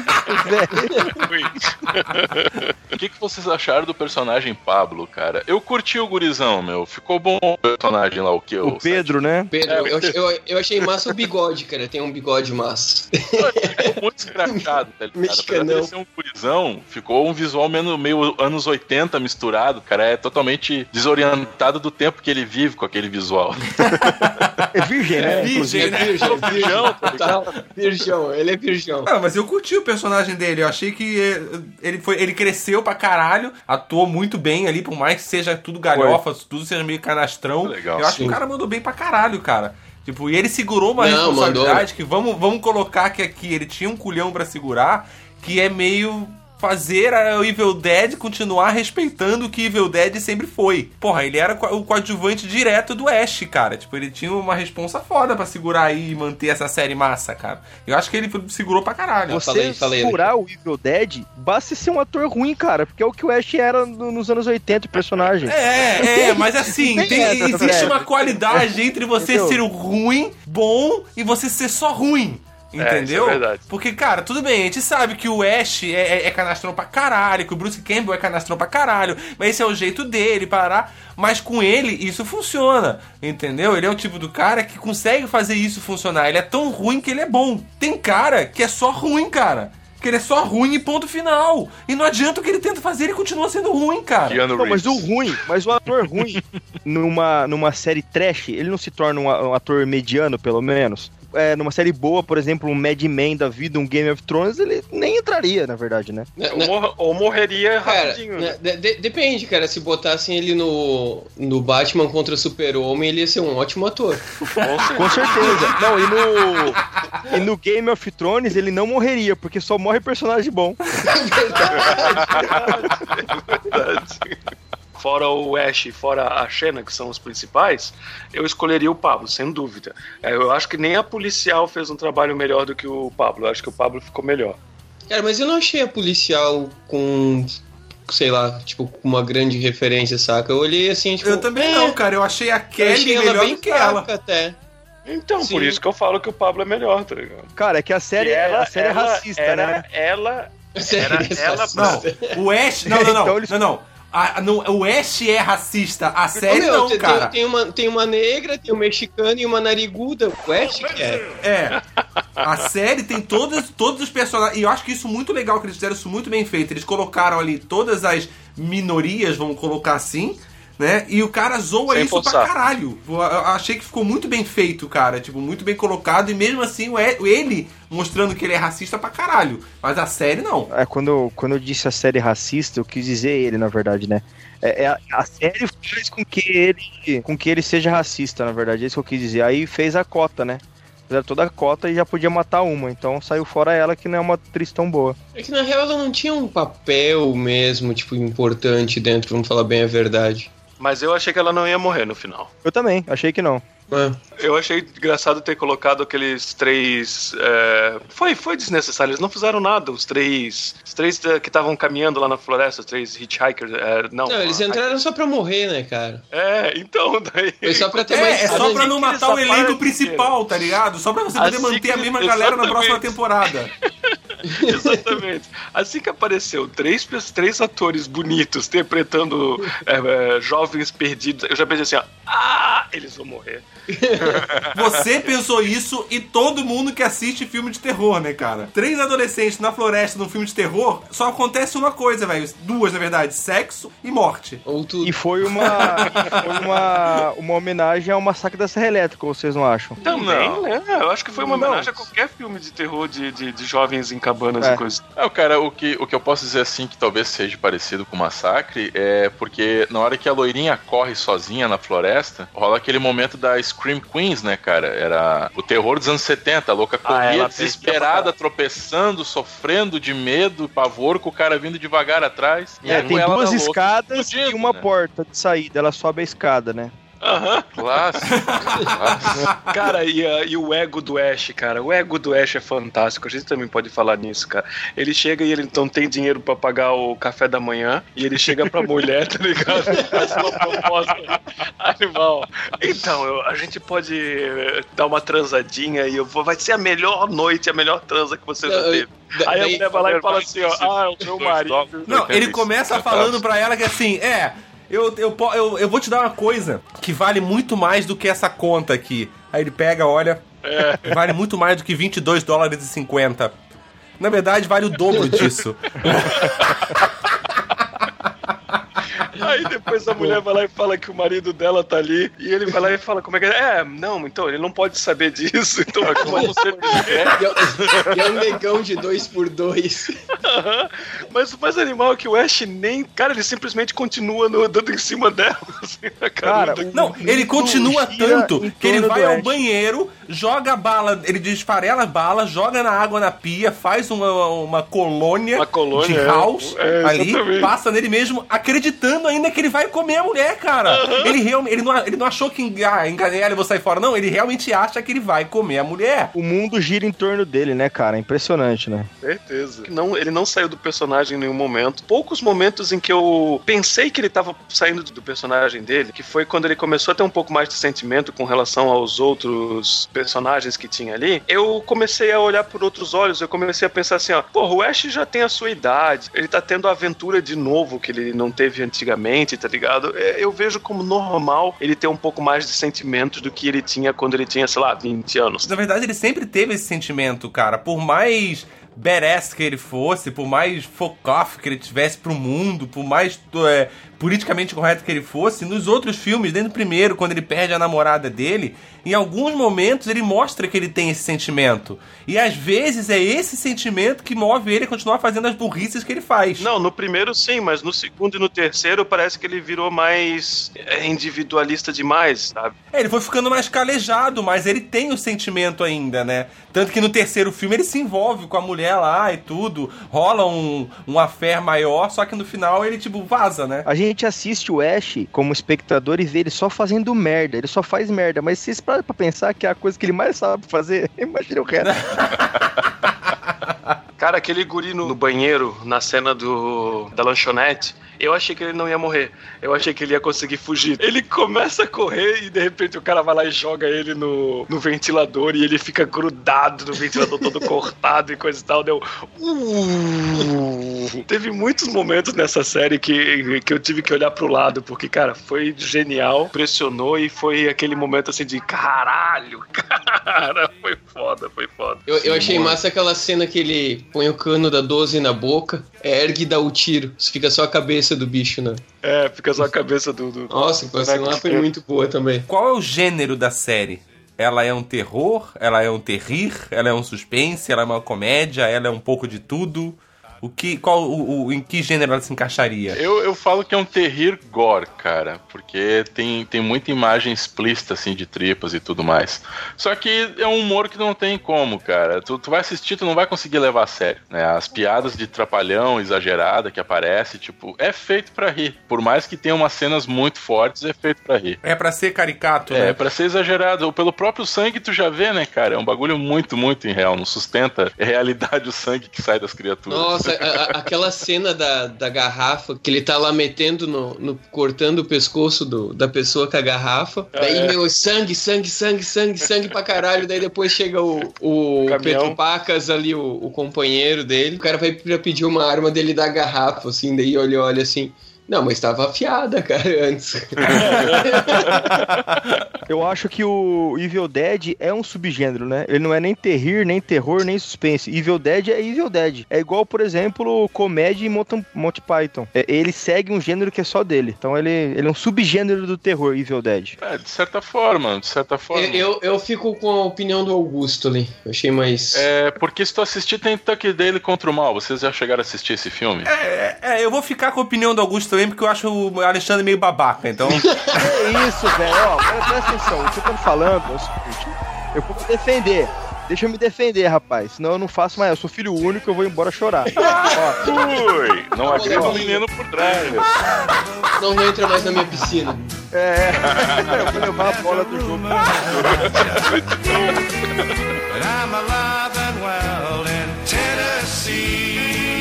Speaker 7: é O que, que vocês acharam do personagem Pablo, cara? Eu curti o gurizão, meu. Ficou bom o personagem lá, o que?
Speaker 5: O Pedro, né?
Speaker 4: Pedro, é, eu, eu, eu achei massa o bigode, cara. Tem um bigode massa.
Speaker 7: Ficou muito escrachado, tá ligado? Apesar de ser um gurizão, ficou um visual meio, meio anos oitenta misturado, cara. É totalmente desorientado do tempo que ele vive com aquele visual.
Speaker 5: É virgem, né?
Speaker 4: É virgem, é virgem. É virgão, tá? Virgão, ele é virgão.
Speaker 2: Não, mas eu curti o personagem dele. Eu achei que ele, foi, ele cresceu pra caralho, atuou muito bem ali, por mais que seja tudo galhofa, foi. tudo seja meio canastrão.
Speaker 7: Legal,
Speaker 2: eu acho
Speaker 7: sim.
Speaker 2: que o cara mandou bem pra caralho, cara. Tipo, e ele segurou uma
Speaker 4: Não,
Speaker 2: responsabilidade
Speaker 4: mandou.
Speaker 2: que vamos, vamos colocar que aqui ele tinha um culhão pra segurar, que é meio fazer a Evil Dead continuar respeitando o que Evil Dead sempre foi. Porra, ele era o coadjuvante direto do Ash, cara. Tipo, ele tinha uma responsa foda pra segurar aí e manter essa série massa, cara. Eu acho que ele segurou pra caralho.
Speaker 5: Você
Speaker 4: falei, falei,
Speaker 5: segurar o Evil Dead, basta ser um ator ruim, cara, porque é o que o Ash era no, nos anos oitenta, o personagem.
Speaker 2: É, é, mas assim, tem, tem, existe uma qualidade entre você Entendeu? ser ruim, bom, e você ser só ruim. Entendeu?
Speaker 3: É, isso é verdade.
Speaker 2: Porque, cara, tudo bem, a gente sabe que o Ash é, é, é canastrão pra caralho, que o Bruce Campbell é canastrão pra caralho, mas esse é o jeito dele, parar. Mas com ele, isso funciona, entendeu? Ele é o tipo do cara que consegue fazer isso funcionar. Ele é tão ruim que ele é bom. Tem cara que é só ruim, cara. Que ele é só ruim e ponto final. E não adianta o que ele tenta fazer, ele continua sendo ruim, cara.
Speaker 5: Não, mas o ruim, mas o ator ruim, numa, numa série trash, ele não se torna um, um ator mediano, pelo menos? é, numa série boa, por exemplo, um Mad Men da vida, um Game of Thrones, ele nem entraria, na verdade, né?
Speaker 3: Ou, mor- ou morreria
Speaker 4: Cara,
Speaker 3: rapidinho.
Speaker 4: né,
Speaker 3: Né?
Speaker 4: de- depende, cara. Se botassem ele no, no Batman contra o Super-Homem, ele ia ser um ótimo ator.
Speaker 5: Com certeza. Não, e no, e no Game of Thrones ele não morreria, porque só morre personagem bom.
Speaker 3: É verdade. Fora o Ash e fora a Xena, que são os principais, eu escolheria o Pablo, sem dúvida. É, eu acho que nem a policial fez um trabalho melhor do que o Pablo. Eu acho que o Pablo ficou melhor.
Speaker 4: Cara, mas eu não achei a policial com, sei lá, tipo, com uma grande referência, saca? Eu olhei assim, tipo...
Speaker 2: Eu também
Speaker 4: é,
Speaker 2: não, cara. Eu achei a
Speaker 4: eu
Speaker 2: Kelly
Speaker 4: achei ela
Speaker 2: melhor
Speaker 4: bem
Speaker 2: do que ela.
Speaker 4: fraca até.
Speaker 3: Então,
Speaker 4: Sim.
Speaker 3: por isso que eu falo que o Pablo é melhor, tá ligado?
Speaker 5: Cara, é que a série,
Speaker 3: E ela,
Speaker 5: a série
Speaker 3: ela,
Speaker 5: é racista,
Speaker 3: era,
Speaker 5: né?
Speaker 3: Ela...
Speaker 4: Sério,
Speaker 3: Era ela
Speaker 2: Não, o Ash... Não, não, não.
Speaker 5: Então eles-
Speaker 2: Não, não. A- não, o Ash é racista. A série
Speaker 4: Ô, meu,
Speaker 2: não,
Speaker 4: tem,
Speaker 2: cara.
Speaker 4: Tem uma, tem uma negra, tem um mexicano e uma nariguda. O Ash que é.
Speaker 2: É. A série tem todos, todos os personagens. E eu acho que isso é muito legal, que eles fizeram isso muito bem feito. Eles colocaram ali todas as minorias, vamos colocar assim, né? E o cara zoa
Speaker 3: Sem
Speaker 2: isso
Speaker 3: forçar.
Speaker 2: pra caralho. Eu eu achei que ficou muito bem feito, cara. Tipo, muito bem colocado. E mesmo assim, o E- ele mostrando que ele é racista pra caralho. Mas a série não.
Speaker 5: É, quando, eu- quando eu disse a série racista, eu quis dizer ele, na verdade, né? É, é a, a série faz com que ele com que ele seja racista, na verdade, é isso que eu quis dizer. Aí fez a cota, né? Fizeram toda a cota e já podia matar uma, então saiu fora ela, que não é uma atriz tão boa.
Speaker 4: É que na real ela não tinha um papel mesmo, tipo, importante dentro, vamos falar bem a verdade.
Speaker 3: Mas eu achei que ela não ia morrer no final.
Speaker 5: Eu também, achei que não.
Speaker 4: É.
Speaker 3: Eu achei engraçado ter colocado aqueles três... é, Foi, foi desnecessário, eles não fizeram nada. Os três os três eh, que estavam caminhando lá na floresta, os três hitchhikers... é, não,
Speaker 4: Não, eles entraram só pra morrer, né, cara?
Speaker 3: É, então daí...
Speaker 4: Foi só pra ter
Speaker 2: É,
Speaker 4: mais
Speaker 2: é só pra
Speaker 3: assim
Speaker 2: não
Speaker 3: que
Speaker 2: matar o
Speaker 3: eles
Speaker 2: elenco
Speaker 3: aparecem,
Speaker 2: principal, tá ligado? Só pra você poder
Speaker 3: Assim
Speaker 2: manter
Speaker 3: que
Speaker 2: a mesma
Speaker 3: eles-
Speaker 2: galera na
Speaker 3: exatamente.
Speaker 2: próxima temporada.
Speaker 3: Exatamente. Assim que apareceu três, pe- três atores bonitos interpretando é, é, jovens perdidos, eu já pensei assim, ó, ah, eles vão morrer.
Speaker 2: Você pensou isso e todo mundo que assiste filme de terror, né, cara? Três adolescentes na floresta num filme de terror, só acontece uma coisa, velho. Duas, na verdade, sexo e morte.
Speaker 4: Ou tudo.
Speaker 5: E foi uma, foi uma, uma homenagem ao Massacre da Serra Elétrica, vocês não acham?
Speaker 3: Também, né? Eu acho que foi uma
Speaker 5: Não.
Speaker 3: homenagem a qualquer filme de terror de, de, de jovens em cabanas
Speaker 5: É.
Speaker 3: e coisas.
Speaker 7: É, cara, o que, o que eu posso dizer assim que talvez seja parecido com o Massacre é porque na hora que a loirinha corre sozinha na floresta, rola aquele momento da Scream Queens, né, cara? Era o terror dos anos setenta, a louca
Speaker 3: Ah,
Speaker 7: corria
Speaker 3: ela
Speaker 7: desesperada, tropeçando, sofrendo de medo, pavor, com o cara vindo devagar atrás. E
Speaker 5: É,
Speaker 7: aí,
Speaker 5: tem
Speaker 7: com ela
Speaker 5: duas
Speaker 7: na louca,
Speaker 5: escadas
Speaker 7: explodindo,
Speaker 5: e uma
Speaker 7: né?
Speaker 5: porta de saída, ela sobe a escada, né?
Speaker 3: Aham.
Speaker 7: Clássico, clássico.
Speaker 3: Cara, e, a- e o ego do Ash, cara, o ego do Ash é fantástico, a gente também pode falar nisso, cara. Ele chega e ele não tem dinheiro pra pagar o café da manhã, e ele chega pra mulher, tá ligado? Faz uma proposta animal. Então, eu- a gente pode eh, dar uma transadinha e eu vou, vai ser a melhor noite, a melhor transa que você já
Speaker 4: Não,
Speaker 3: teve.
Speaker 4: da-
Speaker 3: Aí a
Speaker 4: daí-
Speaker 3: mulher vai lá e fala assim, ó, ah, é o meu marido.
Speaker 2: Não, ele começa falando pra ela que assim, é, eu, eu, po- eu, eu vou te dar uma coisa que vale muito mais do que essa conta aqui. Aí ele pega, olha, vale muito mais do que vinte e dois dólares e cinquenta. Na verdade, vale o dobro disso.
Speaker 3: Aí depois a mulher vai lá e fala que o marido dela tá ali, e ele vai lá e fala como é que é. É, não, então, ele não pode saber disso, então vamos ser...
Speaker 4: E é, e é um negão de dois por dois.
Speaker 3: Mas o mais animal é que o Ash nem... Cara, ele simplesmente continua no, dando em cima dela. Assim, na
Speaker 5: Cara,
Speaker 3: caruda.
Speaker 5: o-
Speaker 2: Não, ele continua
Speaker 5: gira
Speaker 2: tanto
Speaker 5: em
Speaker 2: que ele
Speaker 5: torno
Speaker 2: vai
Speaker 5: do
Speaker 2: ao
Speaker 5: Ash.
Speaker 2: banheiro, joga a bala, ele desfarela a bala, joga na água na pia, faz uma, uma colônia,
Speaker 3: Uma colônia,
Speaker 2: de
Speaker 3: é.
Speaker 2: house
Speaker 3: É,
Speaker 2: ali,
Speaker 3: exatamente.
Speaker 2: passa nele mesmo, acreditando ainda que ele vai comer a mulher, cara. Ele, realmente, ele, não, ele não achou que ah, enganei ela e vou sair fora, não, ele realmente acha que ele vai comer a mulher.
Speaker 5: O mundo gira em torno dele, né, cara? Impressionante, né?
Speaker 3: Certeza. Não, ele não saiu do personagem em nenhum momento. Poucos momentos em que eu pensei que ele tava saindo do personagem dele, que foi quando ele começou a ter um pouco mais de sentimento com relação aos outros personagens que tinha ali, eu comecei a olhar por outros olhos, eu comecei a pensar assim, ó, porra, o Ash já tem a sua idade, ele tá tendo a aventura de novo que ele não teve antigamente, tá ligado? É, Eu vejo como normal ele ter um pouco mais de sentimentos do que ele tinha quando ele tinha, sei lá, vinte anos.
Speaker 2: Na verdade, ele sempre teve esse sentimento, cara. Por mais badass que ele fosse, por mais fuck off que ele tivesse pro mundo, por mais é, politicamente correto que ele fosse, nos outros filmes, desde o primeiro, quando ele perde a namorada dele, em alguns momentos ele mostra que ele tem esse sentimento. E às vezes é esse sentimento que move ele a continuar fazendo as burrices que ele faz.
Speaker 3: Não, no primeiro sim, mas no segundo e no terceiro parece que ele virou mais individualista demais, sabe?
Speaker 2: É, ele foi ficando mais calejado, mas ele tem o sentimento ainda, né? Tanto que no terceiro filme ele se envolve com a mulher lá e tudo, rola um, um affair maior, só que no final ele, tipo, vaza, né?
Speaker 5: A gente assiste o Ash como espectador e vê ele só fazendo merda, ele só faz merda, mas se vocês param pra pensar que é a coisa que ele mais sabe fazer, imagina o resto.
Speaker 3: Cara, aquele guri no, no banheiro, na cena do, da lanchonete, eu achei que ele não ia morrer. Eu achei que ele ia conseguir fugir. Ele começa a correr e de repente o cara vai lá e joga ele no, no ventilador e ele fica grudado no ventilador todo cortado e coisa e tal. Deu... Uh, teve muitos momentos nessa série que, que eu tive que olhar pro lado, porque, cara, foi genial, pressionou e foi aquele momento assim de caralho, cara, foi foda, foi foda.
Speaker 4: Eu, eu achei massa aquela cena que ele põe o cano da doze na boca, ergue e dá o tiro. Fica só a cabeça do bicho, né?
Speaker 3: É, fica só a cabeça do... do...
Speaker 4: Nossa, a cena lá foi muito boa também.
Speaker 2: Qual é o gênero da série? Ela é um terror? Ela é um terrir? Ela é um suspense? Ela é uma comédia? Ela é um pouco de tudo? O que, qual, o, o, em que gênero ela se encaixaria?
Speaker 7: Eu, eu falo que é um terrir gore, cara, porque tem, tem muita imagem explícita, assim, de tripas e tudo mais. Só que é um humor que não tem como, cara. Tu, tu vai assistir, tu não vai conseguir levar a sério, né? As piadas de trapalhão exagerada que aparece, tipo, é feito pra rir. Por mais que tenha umas cenas muito fortes, é feito pra rir.
Speaker 2: É pra ser caricato,
Speaker 7: é,
Speaker 2: né?
Speaker 7: É pra ser exagerado. Ou pelo próprio sangue tu já vê, né, cara? É um bagulho muito, muito irreal. Não sustenta a realidade o sangue que sai das criaturas.
Speaker 4: Nossa, A, a, aquela cena da, da garrafa, que ele tá lá metendo, no, no cortando o pescoço do, da pessoa com a garrafa. Ah, daí, é. meu, sangue, sangue, sangue, sangue, sangue pra caralho. Daí depois chega o, o Pedro Pacas ali, o, o companheiro dele. O cara vai pra pedir uma arma dele da garrafa, assim, daí olha, olha assim... Não, mas estava afiada, cara, antes.
Speaker 5: Eu acho que o Evil Dead é um subgênero, né? Ele não é nem terrir, nem terror, nem suspense. Evil Dead é Evil Dead. É igual, por exemplo, comédia em Monty, Monty Python. É, ele segue um gênero que é só dele. Então ele, ele é um subgênero do terror, Evil Dead.
Speaker 7: É, de certa forma, de certa forma.
Speaker 4: Eu, eu, eu fico com a opinião do Augusto ali. Eu achei mais...
Speaker 7: É, porque se tu assistir, tem Tuck Dale contra o Mal. Vocês já chegaram a assistir esse filme?
Speaker 2: É, é, eu vou ficar com a opinião do Augusto também, porque eu acho o Alexandre meio babaca, então...
Speaker 5: Que isso, velho, ó, presta atenção, o que eu tô falando é o seguinte, eu vou me defender, deixa eu me defender, rapaz, senão eu não faço mais, eu sou filho único, eu vou embora chorar. Ó.
Speaker 7: Ui, não agrida o menino por trás.
Speaker 4: Não, não entra mais na minha piscina.
Speaker 5: É, eu vou levar a bola do jogo.
Speaker 8: But I'm alive and well in Tennessee.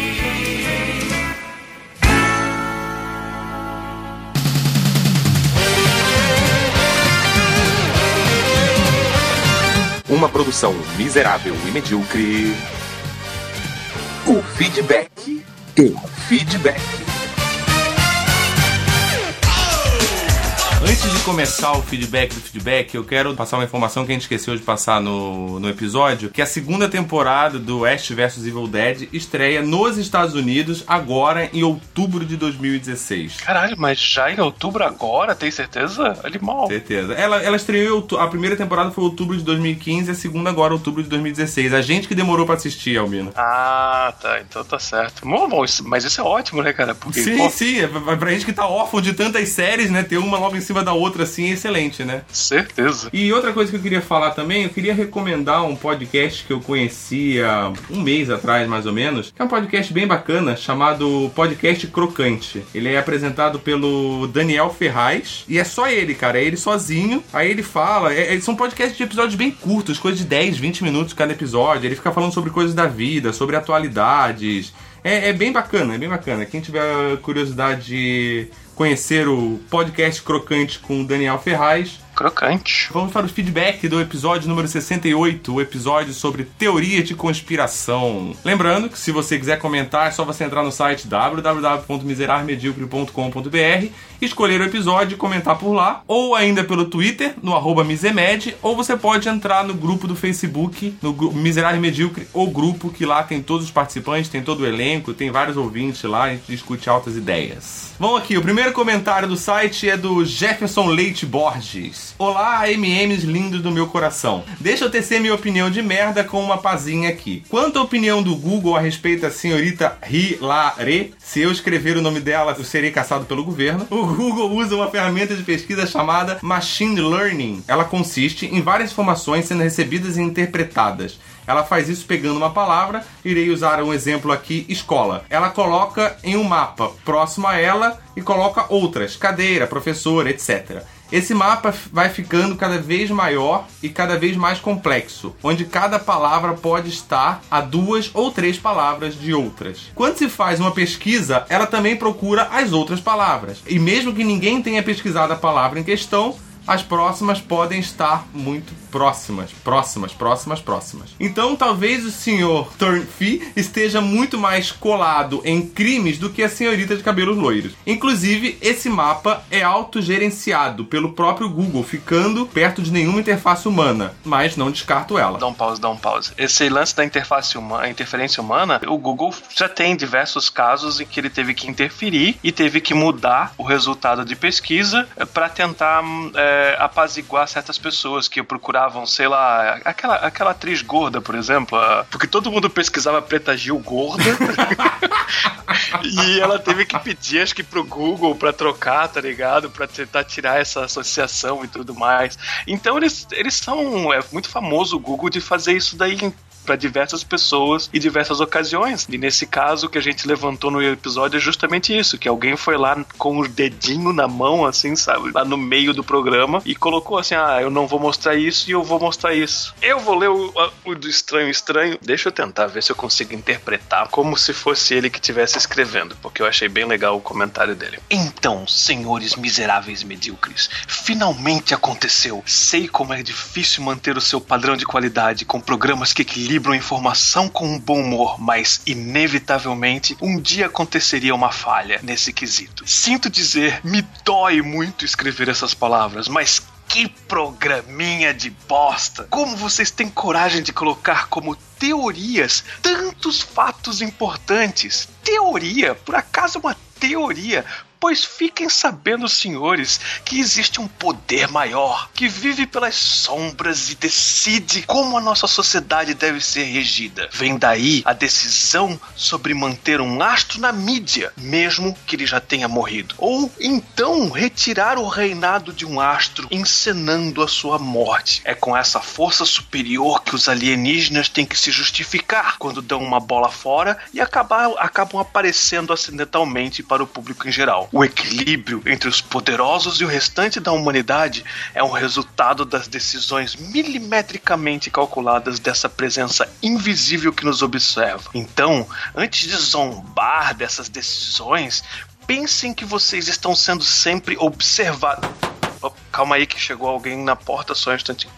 Speaker 9: Uma produção miserável e medíocre. O feedback. O feedback.
Speaker 2: Antes de começar o feedback do feedback, eu quero passar uma informação que a gente esqueceu de passar no, no episódio, que a segunda temporada do Ash versus. Evil Dead estreia nos Estados Unidos agora em outubro de dois mil e dezesseis.
Speaker 3: Caralho, mas já em outubro agora? Tem certeza? Animal.
Speaker 2: Certeza. Ela, ela estreou em outubro, a primeira temporada foi outubro de dois mil e quinze, a segunda agora outubro de dois mil e dezesseis. A gente que demorou pra assistir, Albino.
Speaker 3: Ah, tá. Então tá certo. Bom, bom, isso, mas isso é ótimo, né, cara? Porque,
Speaker 2: sim,
Speaker 3: pô...
Speaker 2: sim. É pra, pra gente que tá órfão de tantas séries, né? Ter uma logo em cima da outra, assim, é excelente, né?
Speaker 3: Certeza.
Speaker 2: E outra coisa que eu queria falar também, eu queria recomendar um podcast que eu conheci há um mês atrás, mais ou menos, que é um podcast bem bacana, chamado Podcast Crocante. Ele é apresentado pelo Daniel Ferraz, e é só ele, cara, é ele sozinho. Aí ele fala, é, é, são podcasts de episódios bem curtos, coisas de dez, vinte minutos cada episódio. Ele fica falando sobre coisas da vida, sobre atualidades. É, é bem bacana, é bem bacana. Quem tiver curiosidade de conhecer o Podcast Crocante com o Daniel Ferraz,
Speaker 3: crocante.
Speaker 2: Vamos para o feedback do episódio número sessenta e oito, o episódio sobre teoria de conspiração. Lembrando que se você quiser comentar, é só você entrar no site w w w ponto miserar medíocre ponto com ponto b r, escolher o episódio e comentar por lá, ou ainda pelo Twitter, no arroba misemed, ou você pode entrar no grupo do Facebook, no Miserável Medíocre, o grupo que lá tem todos os participantes, tem todo o elenco, tem vários ouvintes lá, a gente discute altas ideias. Vamos aqui, o primeiro comentário do site é do Jefferson Leite Borges. Olá, M Ms lindos do meu coração. Deixa eu tecer minha opinião de merda com uma pazinha aqui. Quanto à opinião do Google a respeito da senhorita Hilary, se eu escrever o nome dela, eu serei caçado pelo governo. O Google usa uma ferramenta de pesquisa chamada Machine Learning. Ela consiste em várias informações sendo recebidas e interpretadas. Ela faz isso pegando uma palavra, irei usar um exemplo aqui, escola. Ela coloca em um mapa próximo a ela e coloca outras, cadeira, professor, etcétera. Esse mapa vai ficando cada vez maior e cada vez mais complexo, onde cada palavra pode estar a duas ou três palavras de outras. Quando se faz uma pesquisa, ela também procura as outras palavras. E mesmo que ninguém tenha pesquisado a palavra em questão, as próximas podem estar muito próximas, próximas, próximas, próximas. Então, talvez o senhor Turnfee esteja muito mais colado em crimes do que a senhorita de cabelos loiros. Inclusive, esse mapa é autogerenciado pelo próprio Google, ficando perto de nenhuma interface humana, mas não descarto ela.
Speaker 3: Dá um pause, dá um pause. Esse lance da interface humana, a interferência humana, o Google já tem diversos casos em que ele teve que interferir e teve que mudar o resultado de pesquisa para tentar é, apaziguar certas pessoas que procuravam, sei lá, aquela, aquela atriz gorda, por exemplo, a, porque todo mundo pesquisava Preta Gil gorda e ela teve que pedir, acho que pro Google pra trocar, tá ligado? Pra tentar tirar essa associação e tudo mais. Então eles, eles são, é muito famoso o Google de fazer isso daí para diversas pessoas e diversas ocasiões. E nesse caso que a gente levantou no episódio é justamente isso, que alguém foi lá com o dedinho na mão, assim, sabe, lá no meio do programa e colocou assim, ah, eu não vou mostrar isso e eu vou mostrar isso. Eu vou ler o, o do estranho estranho. Deixa eu tentar ver se eu consigo interpretar como se fosse ele que estivesse escrevendo, porque eu achei bem legal o comentário dele. Então, senhores miseráveis medíocres, finalmente aconteceu. Sei como é difícil manter o seu padrão de qualidade com programas que equilibram informação com um bom humor, mas inevitavelmente um dia aconteceria uma falha nesse quesito. Sinto dizer, me dói muito escrever essas palavras, mas que programinha de bosta! Como vocês têm coragem de colocar como teorias tantos fatos importantes? Teoria? Por acaso uma teoria? Pois fiquem sabendo, senhores, que existe um poder maior que vive pelas sombras e decide como a nossa sociedade deve ser regida. Vem daí a decisão sobre manter um astro na mídia, mesmo que ele já tenha morrido. Ou então retirar o reinado de um astro, encenando a sua morte. É com essa força superior que os alienígenas têm que se justificar quando dão uma bola fora e acabar, acabam aparecendo acidentalmente para o público em geral. O equilíbrio entre os poderosos e o restante da humanidade é um resultado das decisões milimetricamente calculadas dessa presença invisível que nos observa. Então, antes de zombar dessas decisões, pensem que vocês estão sendo sempre observados. Oh, calma aí que chegou alguém na porta, só um instantinho.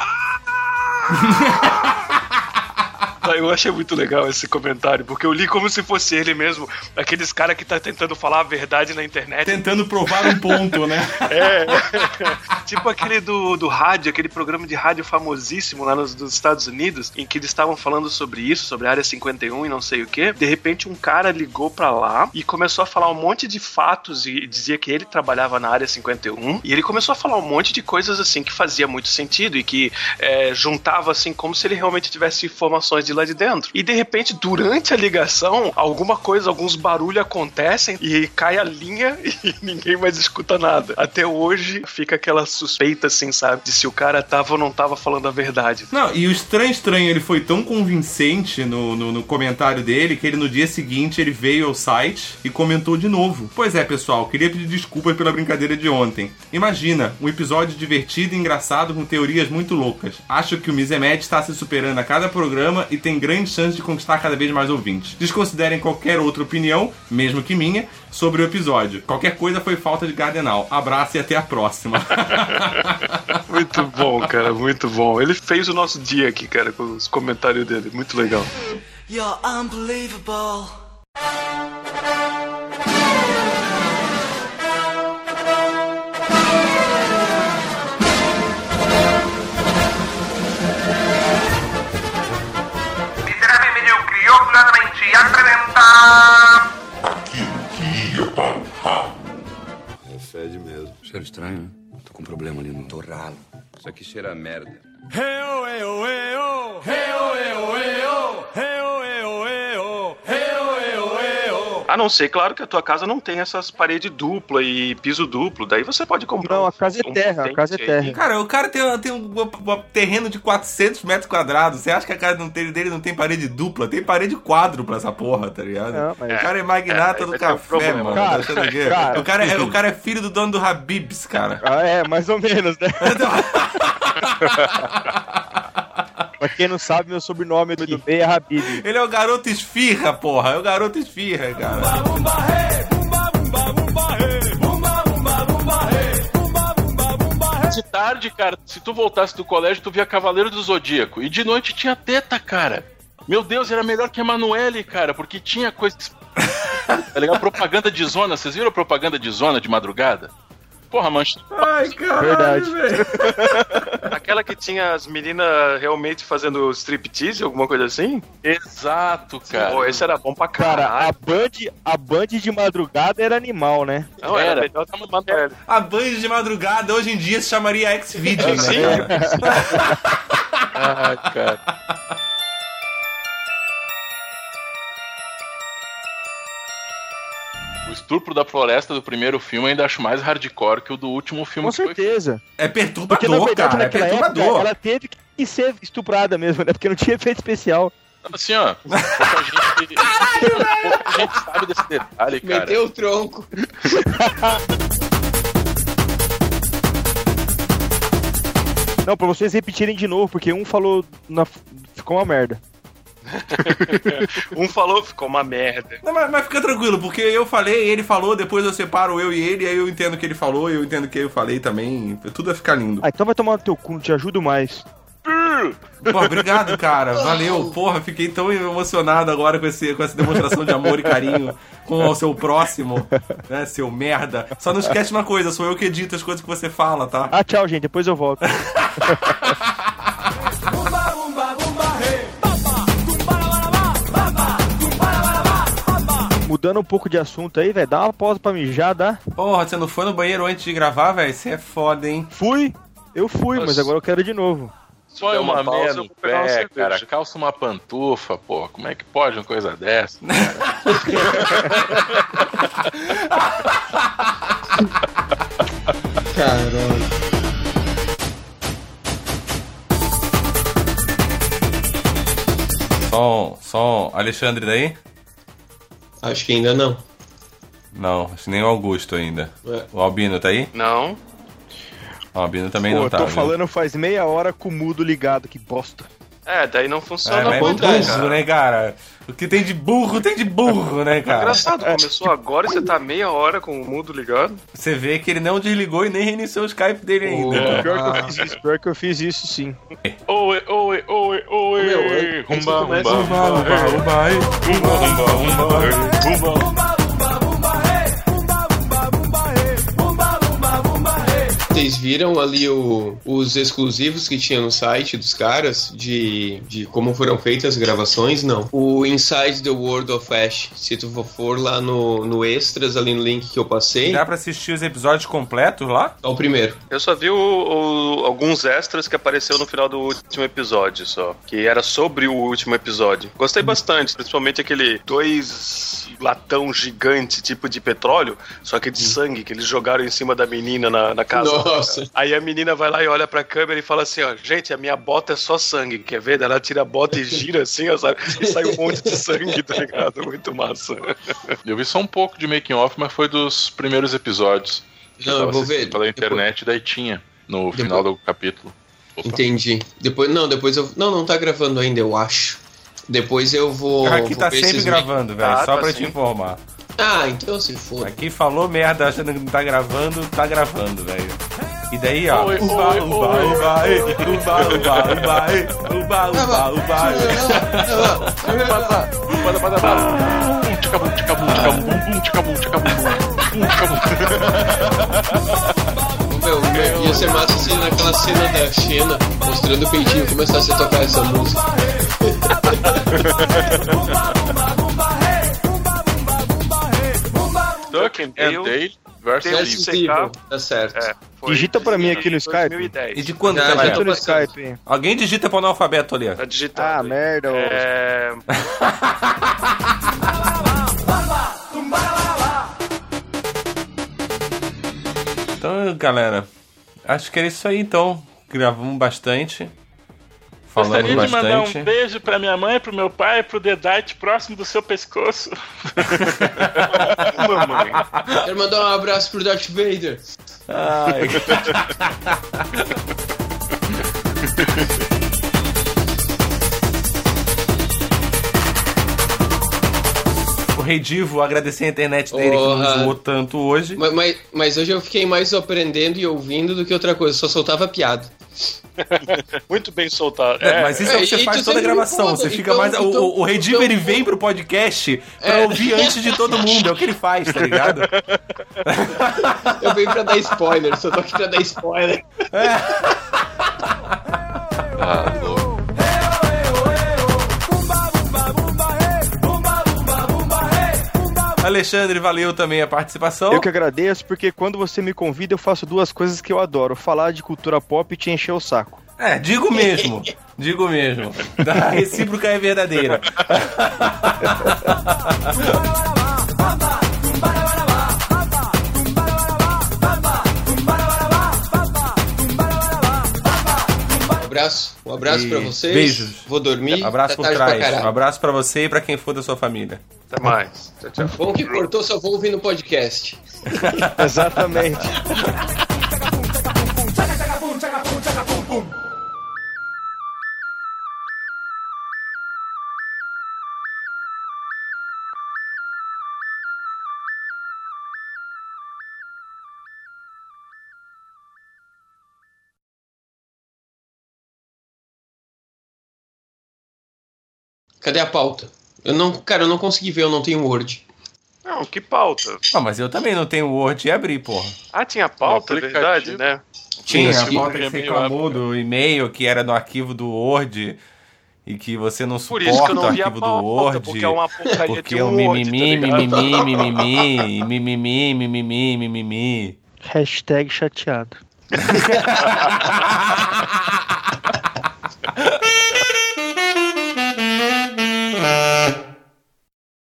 Speaker 3: Eu achei muito legal esse comentário, porque eu li como se fosse ele mesmo, aqueles caras que tá tentando falar a verdade na internet.
Speaker 2: Tentando provar um ponto, né?
Speaker 3: É, tipo aquele do, do rádio, aquele programa de rádio famosíssimo lá nos, nos Estados Unidos, em que eles estavam falando sobre isso, sobre a Área cinquenta e um e não sei o que. De repente um cara ligou pra lá e começou a falar um monte de fatos e dizia que ele trabalhava na Área cinquenta e um, e ele começou a falar um monte de coisas assim que fazia muito sentido e que é, juntava assim como se ele realmente tivesse informações de lá de dentro. E de repente, durante a ligação, alguma coisa, alguns barulhos acontecem e cai a linha e ninguém mais escuta nada. Até hoje fica aquela suspeita, assim, sabe? De se o cara tava ou não tava falando a verdade.
Speaker 2: Não, e o Estranho Estranho, ele foi tão convincente no, no, no comentário dele que ele no dia seguinte ele veio ao site e comentou de novo. Pois é, pessoal, queria pedir desculpas pela brincadeira de ontem. Imagina, um episódio divertido e engraçado com teorias muito loucas. Acho que o Misemed está se superando a cada programa e tem grande chance de conquistar cada vez mais ouvintes. Desconsiderem qualquer outra opinião, mesmo que minha, sobre o episódio. Qualquer coisa foi falta de cardenal. Abraço e até a próxima.
Speaker 3: Muito bom, cara, muito bom. Ele fez o nosso dia aqui, cara, com os comentários dele. Muito legal.
Speaker 8: You're unbelievable.
Speaker 9: Miserável Medíocre, orgulhosamente apresenta...
Speaker 6: Aquilo que ia para o ralo.
Speaker 10: É fede mesmo.
Speaker 1: Cheiro estranho, né? Tô com um problema ali no torralo.
Speaker 10: Isso aqui cheira a merda.
Speaker 3: A não ser, claro, que a tua casa não tem essas paredes duplas e piso duplo. Daí você pode comprar.
Speaker 5: Não,
Speaker 3: um,
Speaker 5: a casa é
Speaker 3: um
Speaker 5: terra, a casa é terra.
Speaker 3: aí.
Speaker 2: Cara, o cara tem, tem um, um terreno de quatrocentos metros quadrados. Você acha que a casa não tem, dele não tem parede dupla? Tem parede quádrupla essa porra, tá ligado?
Speaker 5: Não, mas...
Speaker 2: O cara é magnata
Speaker 3: É,
Speaker 2: do
Speaker 3: vai ter um
Speaker 2: café,
Speaker 3: problema.
Speaker 2: mano.
Speaker 5: Cara,
Speaker 2: Tá achando o quê?
Speaker 5: cara.
Speaker 2: o, cara é, o cara é filho do dono do Habib's, cara.
Speaker 5: Ah, é, mais ou menos, né? Pra quem não sabe, meu sobrenome do B é Habib.
Speaker 2: Ele é o garoto esfirra, porra. É o garoto esfirra, cara.
Speaker 7: De tarde, cara, se tu voltasse do colégio, tu via Cavaleiro do Zodíaco. E de noite tinha teta, cara. Meu Deus, era melhor que a Emanuele, cara, porque tinha coisa... Tá legal? Propaganda de zona. Vocês viram a propaganda de zona de madrugada? Porra, mancha.
Speaker 2: Ai, caralho,
Speaker 5: Verdade.
Speaker 2: velho.
Speaker 3: Aquela que tinha as meninas realmente fazendo striptease, alguma coisa assim?
Speaker 7: Exato, cara.
Speaker 3: Pô, esse era bom pra
Speaker 5: Cara,
Speaker 3: caralho.
Speaker 5: a Band, a Band de madrugada era animal, né?
Speaker 3: Não, era,
Speaker 7: Era.
Speaker 3: melhor que a Emanuele.
Speaker 2: A Band de madrugada hoje em dia se chamaria X-Video,
Speaker 3: Sim,
Speaker 2: né?
Speaker 7: Ah, cara. O estupro da floresta do primeiro filme eu ainda acho mais hardcore que o do último filme.
Speaker 5: Com
Speaker 7: que foi
Speaker 5: certeza.
Speaker 2: É
Speaker 5: Porque, na
Speaker 2: perturbador,
Speaker 5: verdade,
Speaker 2: cara. É
Speaker 5: naquela época,
Speaker 2: perturbador.
Speaker 5: ela teve que ser estuprada mesmo, né? Porque não tinha efeito especial.
Speaker 7: Assim, ó. Pouca gente, pouca gente sabe desse detalhe, cara.
Speaker 4: Meteu o tronco.
Speaker 5: Não, pra vocês repetirem de novo, porque um falou... Na... Ficou uma merda.
Speaker 3: Um falou, ficou uma merda.
Speaker 2: Não, mas, mas fica tranquilo, porque eu falei, ele falou, depois eu separo eu e ele, aí eu entendo o que ele falou e eu entendo o que eu falei também. Tudo vai ficar lindo.
Speaker 5: Ah, então vai tomar no teu cu, não te ajudo mais.
Speaker 2: Pô, obrigado, cara. Valeu. Porra, fiquei tão emocionado agora com, esse, com essa demonstração de amor e carinho com o seu próximo, né, seu merda. Só não esquece uma coisa, sou eu que edito as coisas que você fala, tá?
Speaker 5: Ah, tchau, gente, depois eu volto. Mudando um pouco de assunto aí, velho, dá uma pausa pra mijar, dá?
Speaker 2: Porra, você não foi no banheiro antes de gravar, velho? Você é foda, hein?
Speaker 5: Fui, eu fui, mas agora eu quero de novo.
Speaker 7: Põe
Speaker 3: Dá uma
Speaker 7: uma
Speaker 3: pausa,
Speaker 7: meia
Speaker 3: eu
Speaker 7: no
Speaker 3: vou pegar uma
Speaker 7: pé,
Speaker 3: cerveja.
Speaker 7: cara. Calça uma pantufa, pô. Como é que pode uma coisa dessa?
Speaker 4: Caralho.
Speaker 2: Som, som. Alexandre daí?
Speaker 4: Acho que ainda não.
Speaker 2: Não, acho que nem o Augusto ainda.
Speaker 4: É.
Speaker 2: O Albino tá aí?
Speaker 3: Não.
Speaker 2: O Albino também
Speaker 5: Pô,
Speaker 2: não
Speaker 5: eu
Speaker 2: tá.
Speaker 5: tô
Speaker 2: viu?
Speaker 5: falando faz meia hora com o mudo ligado, que bosta.
Speaker 3: É, daí não
Speaker 2: É,
Speaker 3: funciona
Speaker 2: mas é
Speaker 3: muito,
Speaker 2: burro,
Speaker 3: cara.
Speaker 2: né, cara? O que tem de burro, tem de burro, né, cara?
Speaker 3: Engraçado, começou agora e você tá meia hora com o mudo ligado.
Speaker 2: Você vê que ele não desligou e nem reiniciou o Skype dele ainda.
Speaker 4: Oh.
Speaker 5: Pior que eu fiz isso, pior que eu fiz isso sim.
Speaker 7: Oi, oi, oi, oi.
Speaker 4: Meu, antes que
Speaker 7: Rumba,
Speaker 4: comece-
Speaker 7: rumba,
Speaker 2: Umba, umba, umba, ei.
Speaker 7: rumba, rumba, rumba, rumba.
Speaker 4: Vocês viram ali o- os exclusivos que tinha no site dos caras de, de como foram feitas as gravações? Não. O Inside the World of Ash. Se tu for lá no, no Extras, ali no link que eu passei,
Speaker 2: Dá pra assistir os episódios completos lá?
Speaker 4: é o primeiro.
Speaker 3: Eu só vi o- o- alguns extras que apareceu no final do último episódio só. Que era sobre o último episódio. Gostei bastante, principalmente aquele dois latão gigante tipo de petróleo, só que de sangue, que eles jogaram em cima da menina na, na casa.
Speaker 4: Nossa.
Speaker 3: Aí a menina vai lá e olha pra câmera e fala assim, ó, gente, a minha bota é só sangue, quer ver? Daí ela tira a bota e gira assim, ó, sabe? E sai um monte de sangue, tá ligado? Muito massa.
Speaker 7: Eu vi só um pouco de making off, mas foi dos primeiros episódios. Que
Speaker 4: Não, eu
Speaker 7: tava
Speaker 4: vou
Speaker 7: assistindo
Speaker 4: ver.
Speaker 7: pela
Speaker 4: Depois-
Speaker 7: internet, daí tinha no
Speaker 4: Depois-
Speaker 7: final do capítulo. Opa.
Speaker 4: Entendi. Depois, não, depois eu... Não, não tá gravando ainda, eu acho. Depois eu vou.
Speaker 2: Aqui
Speaker 4: vou
Speaker 2: tá
Speaker 4: ver
Speaker 2: sempre
Speaker 4: esses
Speaker 2: gravando, velho.
Speaker 3: Ah,
Speaker 2: Só
Speaker 3: tá
Speaker 2: pra
Speaker 3: sim.
Speaker 2: te informar.
Speaker 4: Ah, então se for.
Speaker 2: Aqui falou merda achando que não tá gravando, tá gravando, velho. E daí, ó.
Speaker 7: Oi,
Speaker 2: Uba,
Speaker 7: oi,
Speaker 2: uba,
Speaker 7: oi.
Speaker 2: uba, ei, uba, uba, uba, ei, uba, uba, uba, ei.
Speaker 7: Bada, bada, bada. Tchacabum, tchacabum, tchacabum, bum, tchacabum, tchacabum, bum, tchacabum.
Speaker 4: Meu, meu, ia ser massa se naquela cena da Xena mostrando o peitinho começasse a tocar essa música.
Speaker 7: Duck and Dale versus
Speaker 4: Versus
Speaker 7: Evil.
Speaker 4: Evil, tá certo.
Speaker 3: É, foi
Speaker 5: Digita pra mim
Speaker 3: em
Speaker 5: aqui no Skype.
Speaker 3: dois mil e dez.
Speaker 2: E de quando
Speaker 4: Já,
Speaker 2: que
Speaker 4: já
Speaker 2: é?
Speaker 4: tô
Speaker 5: Tô no
Speaker 4: passando.
Speaker 5: Skype, hein?
Speaker 2: Alguém digita pro analfabeto ali, ó.
Speaker 3: Tá digitado.
Speaker 5: Ah,
Speaker 3: aí.
Speaker 5: merda. ô.
Speaker 3: É...
Speaker 2: Então, galera, acho que era isso aí, então. Gravamos bastante. Falamos
Speaker 7: Gostaria de mandar
Speaker 2: bastante.
Speaker 7: um beijo pra minha mãe, pro meu pai, pro Dedite próximo do seu pescoço.
Speaker 3: Mamãe.
Speaker 4: Quero mandar um abraço pro Darth Vader.
Speaker 2: Ai. O Rei Divo, agradecer a internet dele que
Speaker 4: Porra.
Speaker 2: nos zoou tanto hoje.
Speaker 4: Mas, mas, mas hoje eu fiquei mais aprendendo e ouvindo do que outra coisa, só soltava piada.
Speaker 3: Muito bem soltado.
Speaker 2: É,
Speaker 3: É,
Speaker 2: mas isso é o que
Speaker 4: é,
Speaker 2: você
Speaker 4: e
Speaker 2: faz
Speaker 4: tu
Speaker 2: toda a
Speaker 4: sempre me
Speaker 2: gravação.
Speaker 4: conta,
Speaker 2: Você fica
Speaker 4: então-
Speaker 2: mais. o-
Speaker 4: então-
Speaker 2: o, o Rei Divo
Speaker 4: então-
Speaker 2: ele vem pro podcast pra
Speaker 4: É.
Speaker 2: ouvir antes de todo mundo. É o que ele faz, tá ligado?
Speaker 4: Eu venho pra dar spoiler, só tô aqui pra dar spoiler.
Speaker 7: Ah, louco.
Speaker 2: Alexandre, valeu também a participação.
Speaker 5: Eu que agradeço, porque quando você me convida, eu faço duas coisas que eu adoro: falar de cultura pop e te encher o saco.
Speaker 2: É, digo mesmo. Digo mesmo. A recíproca é verdadeira.
Speaker 4: Um abraço, um abraço
Speaker 2: E
Speaker 4: pra vocês.
Speaker 2: beijos.
Speaker 4: Vou dormir.
Speaker 2: Abraço
Speaker 4: tá
Speaker 2: por
Speaker 4: tarde pra
Speaker 2: trás.
Speaker 4: caralho.
Speaker 2: Um abraço pra você e pra quem for da sua família.
Speaker 3: Até mais. Tchau, tchau.
Speaker 4: Bom que cortou, só vou ouvir no podcast.
Speaker 5: Exatamente.
Speaker 4: Cadê a pauta? Eu não, cara, eu não consegui ver, eu não tenho Word.
Speaker 3: Não, que pauta?
Speaker 2: Ah, mas eu também não tenho Word e abri, porra.
Speaker 3: Ah, tinha pauta, é verdade,
Speaker 7: Aplicativo.
Speaker 3: né?
Speaker 2: Tinha
Speaker 4: Sim,
Speaker 2: a pauta que
Speaker 7: sim.
Speaker 2: você reclamou do e-mail que era no arquivo do Word e que você não
Speaker 3: Por
Speaker 2: suporta
Speaker 3: isso que eu
Speaker 2: o
Speaker 3: não vi a
Speaker 2: arquivo do
Speaker 3: pauta,
Speaker 2: Word.
Speaker 3: porque é uma porcaria
Speaker 2: Porque
Speaker 3: de
Speaker 2: é
Speaker 3: um
Speaker 2: o
Speaker 3: Word,
Speaker 2: mimimi,
Speaker 3: tá ligado?
Speaker 2: mimimi, mimimi, mimimi, mimimi, mimimi.
Speaker 5: Hashtag chateado.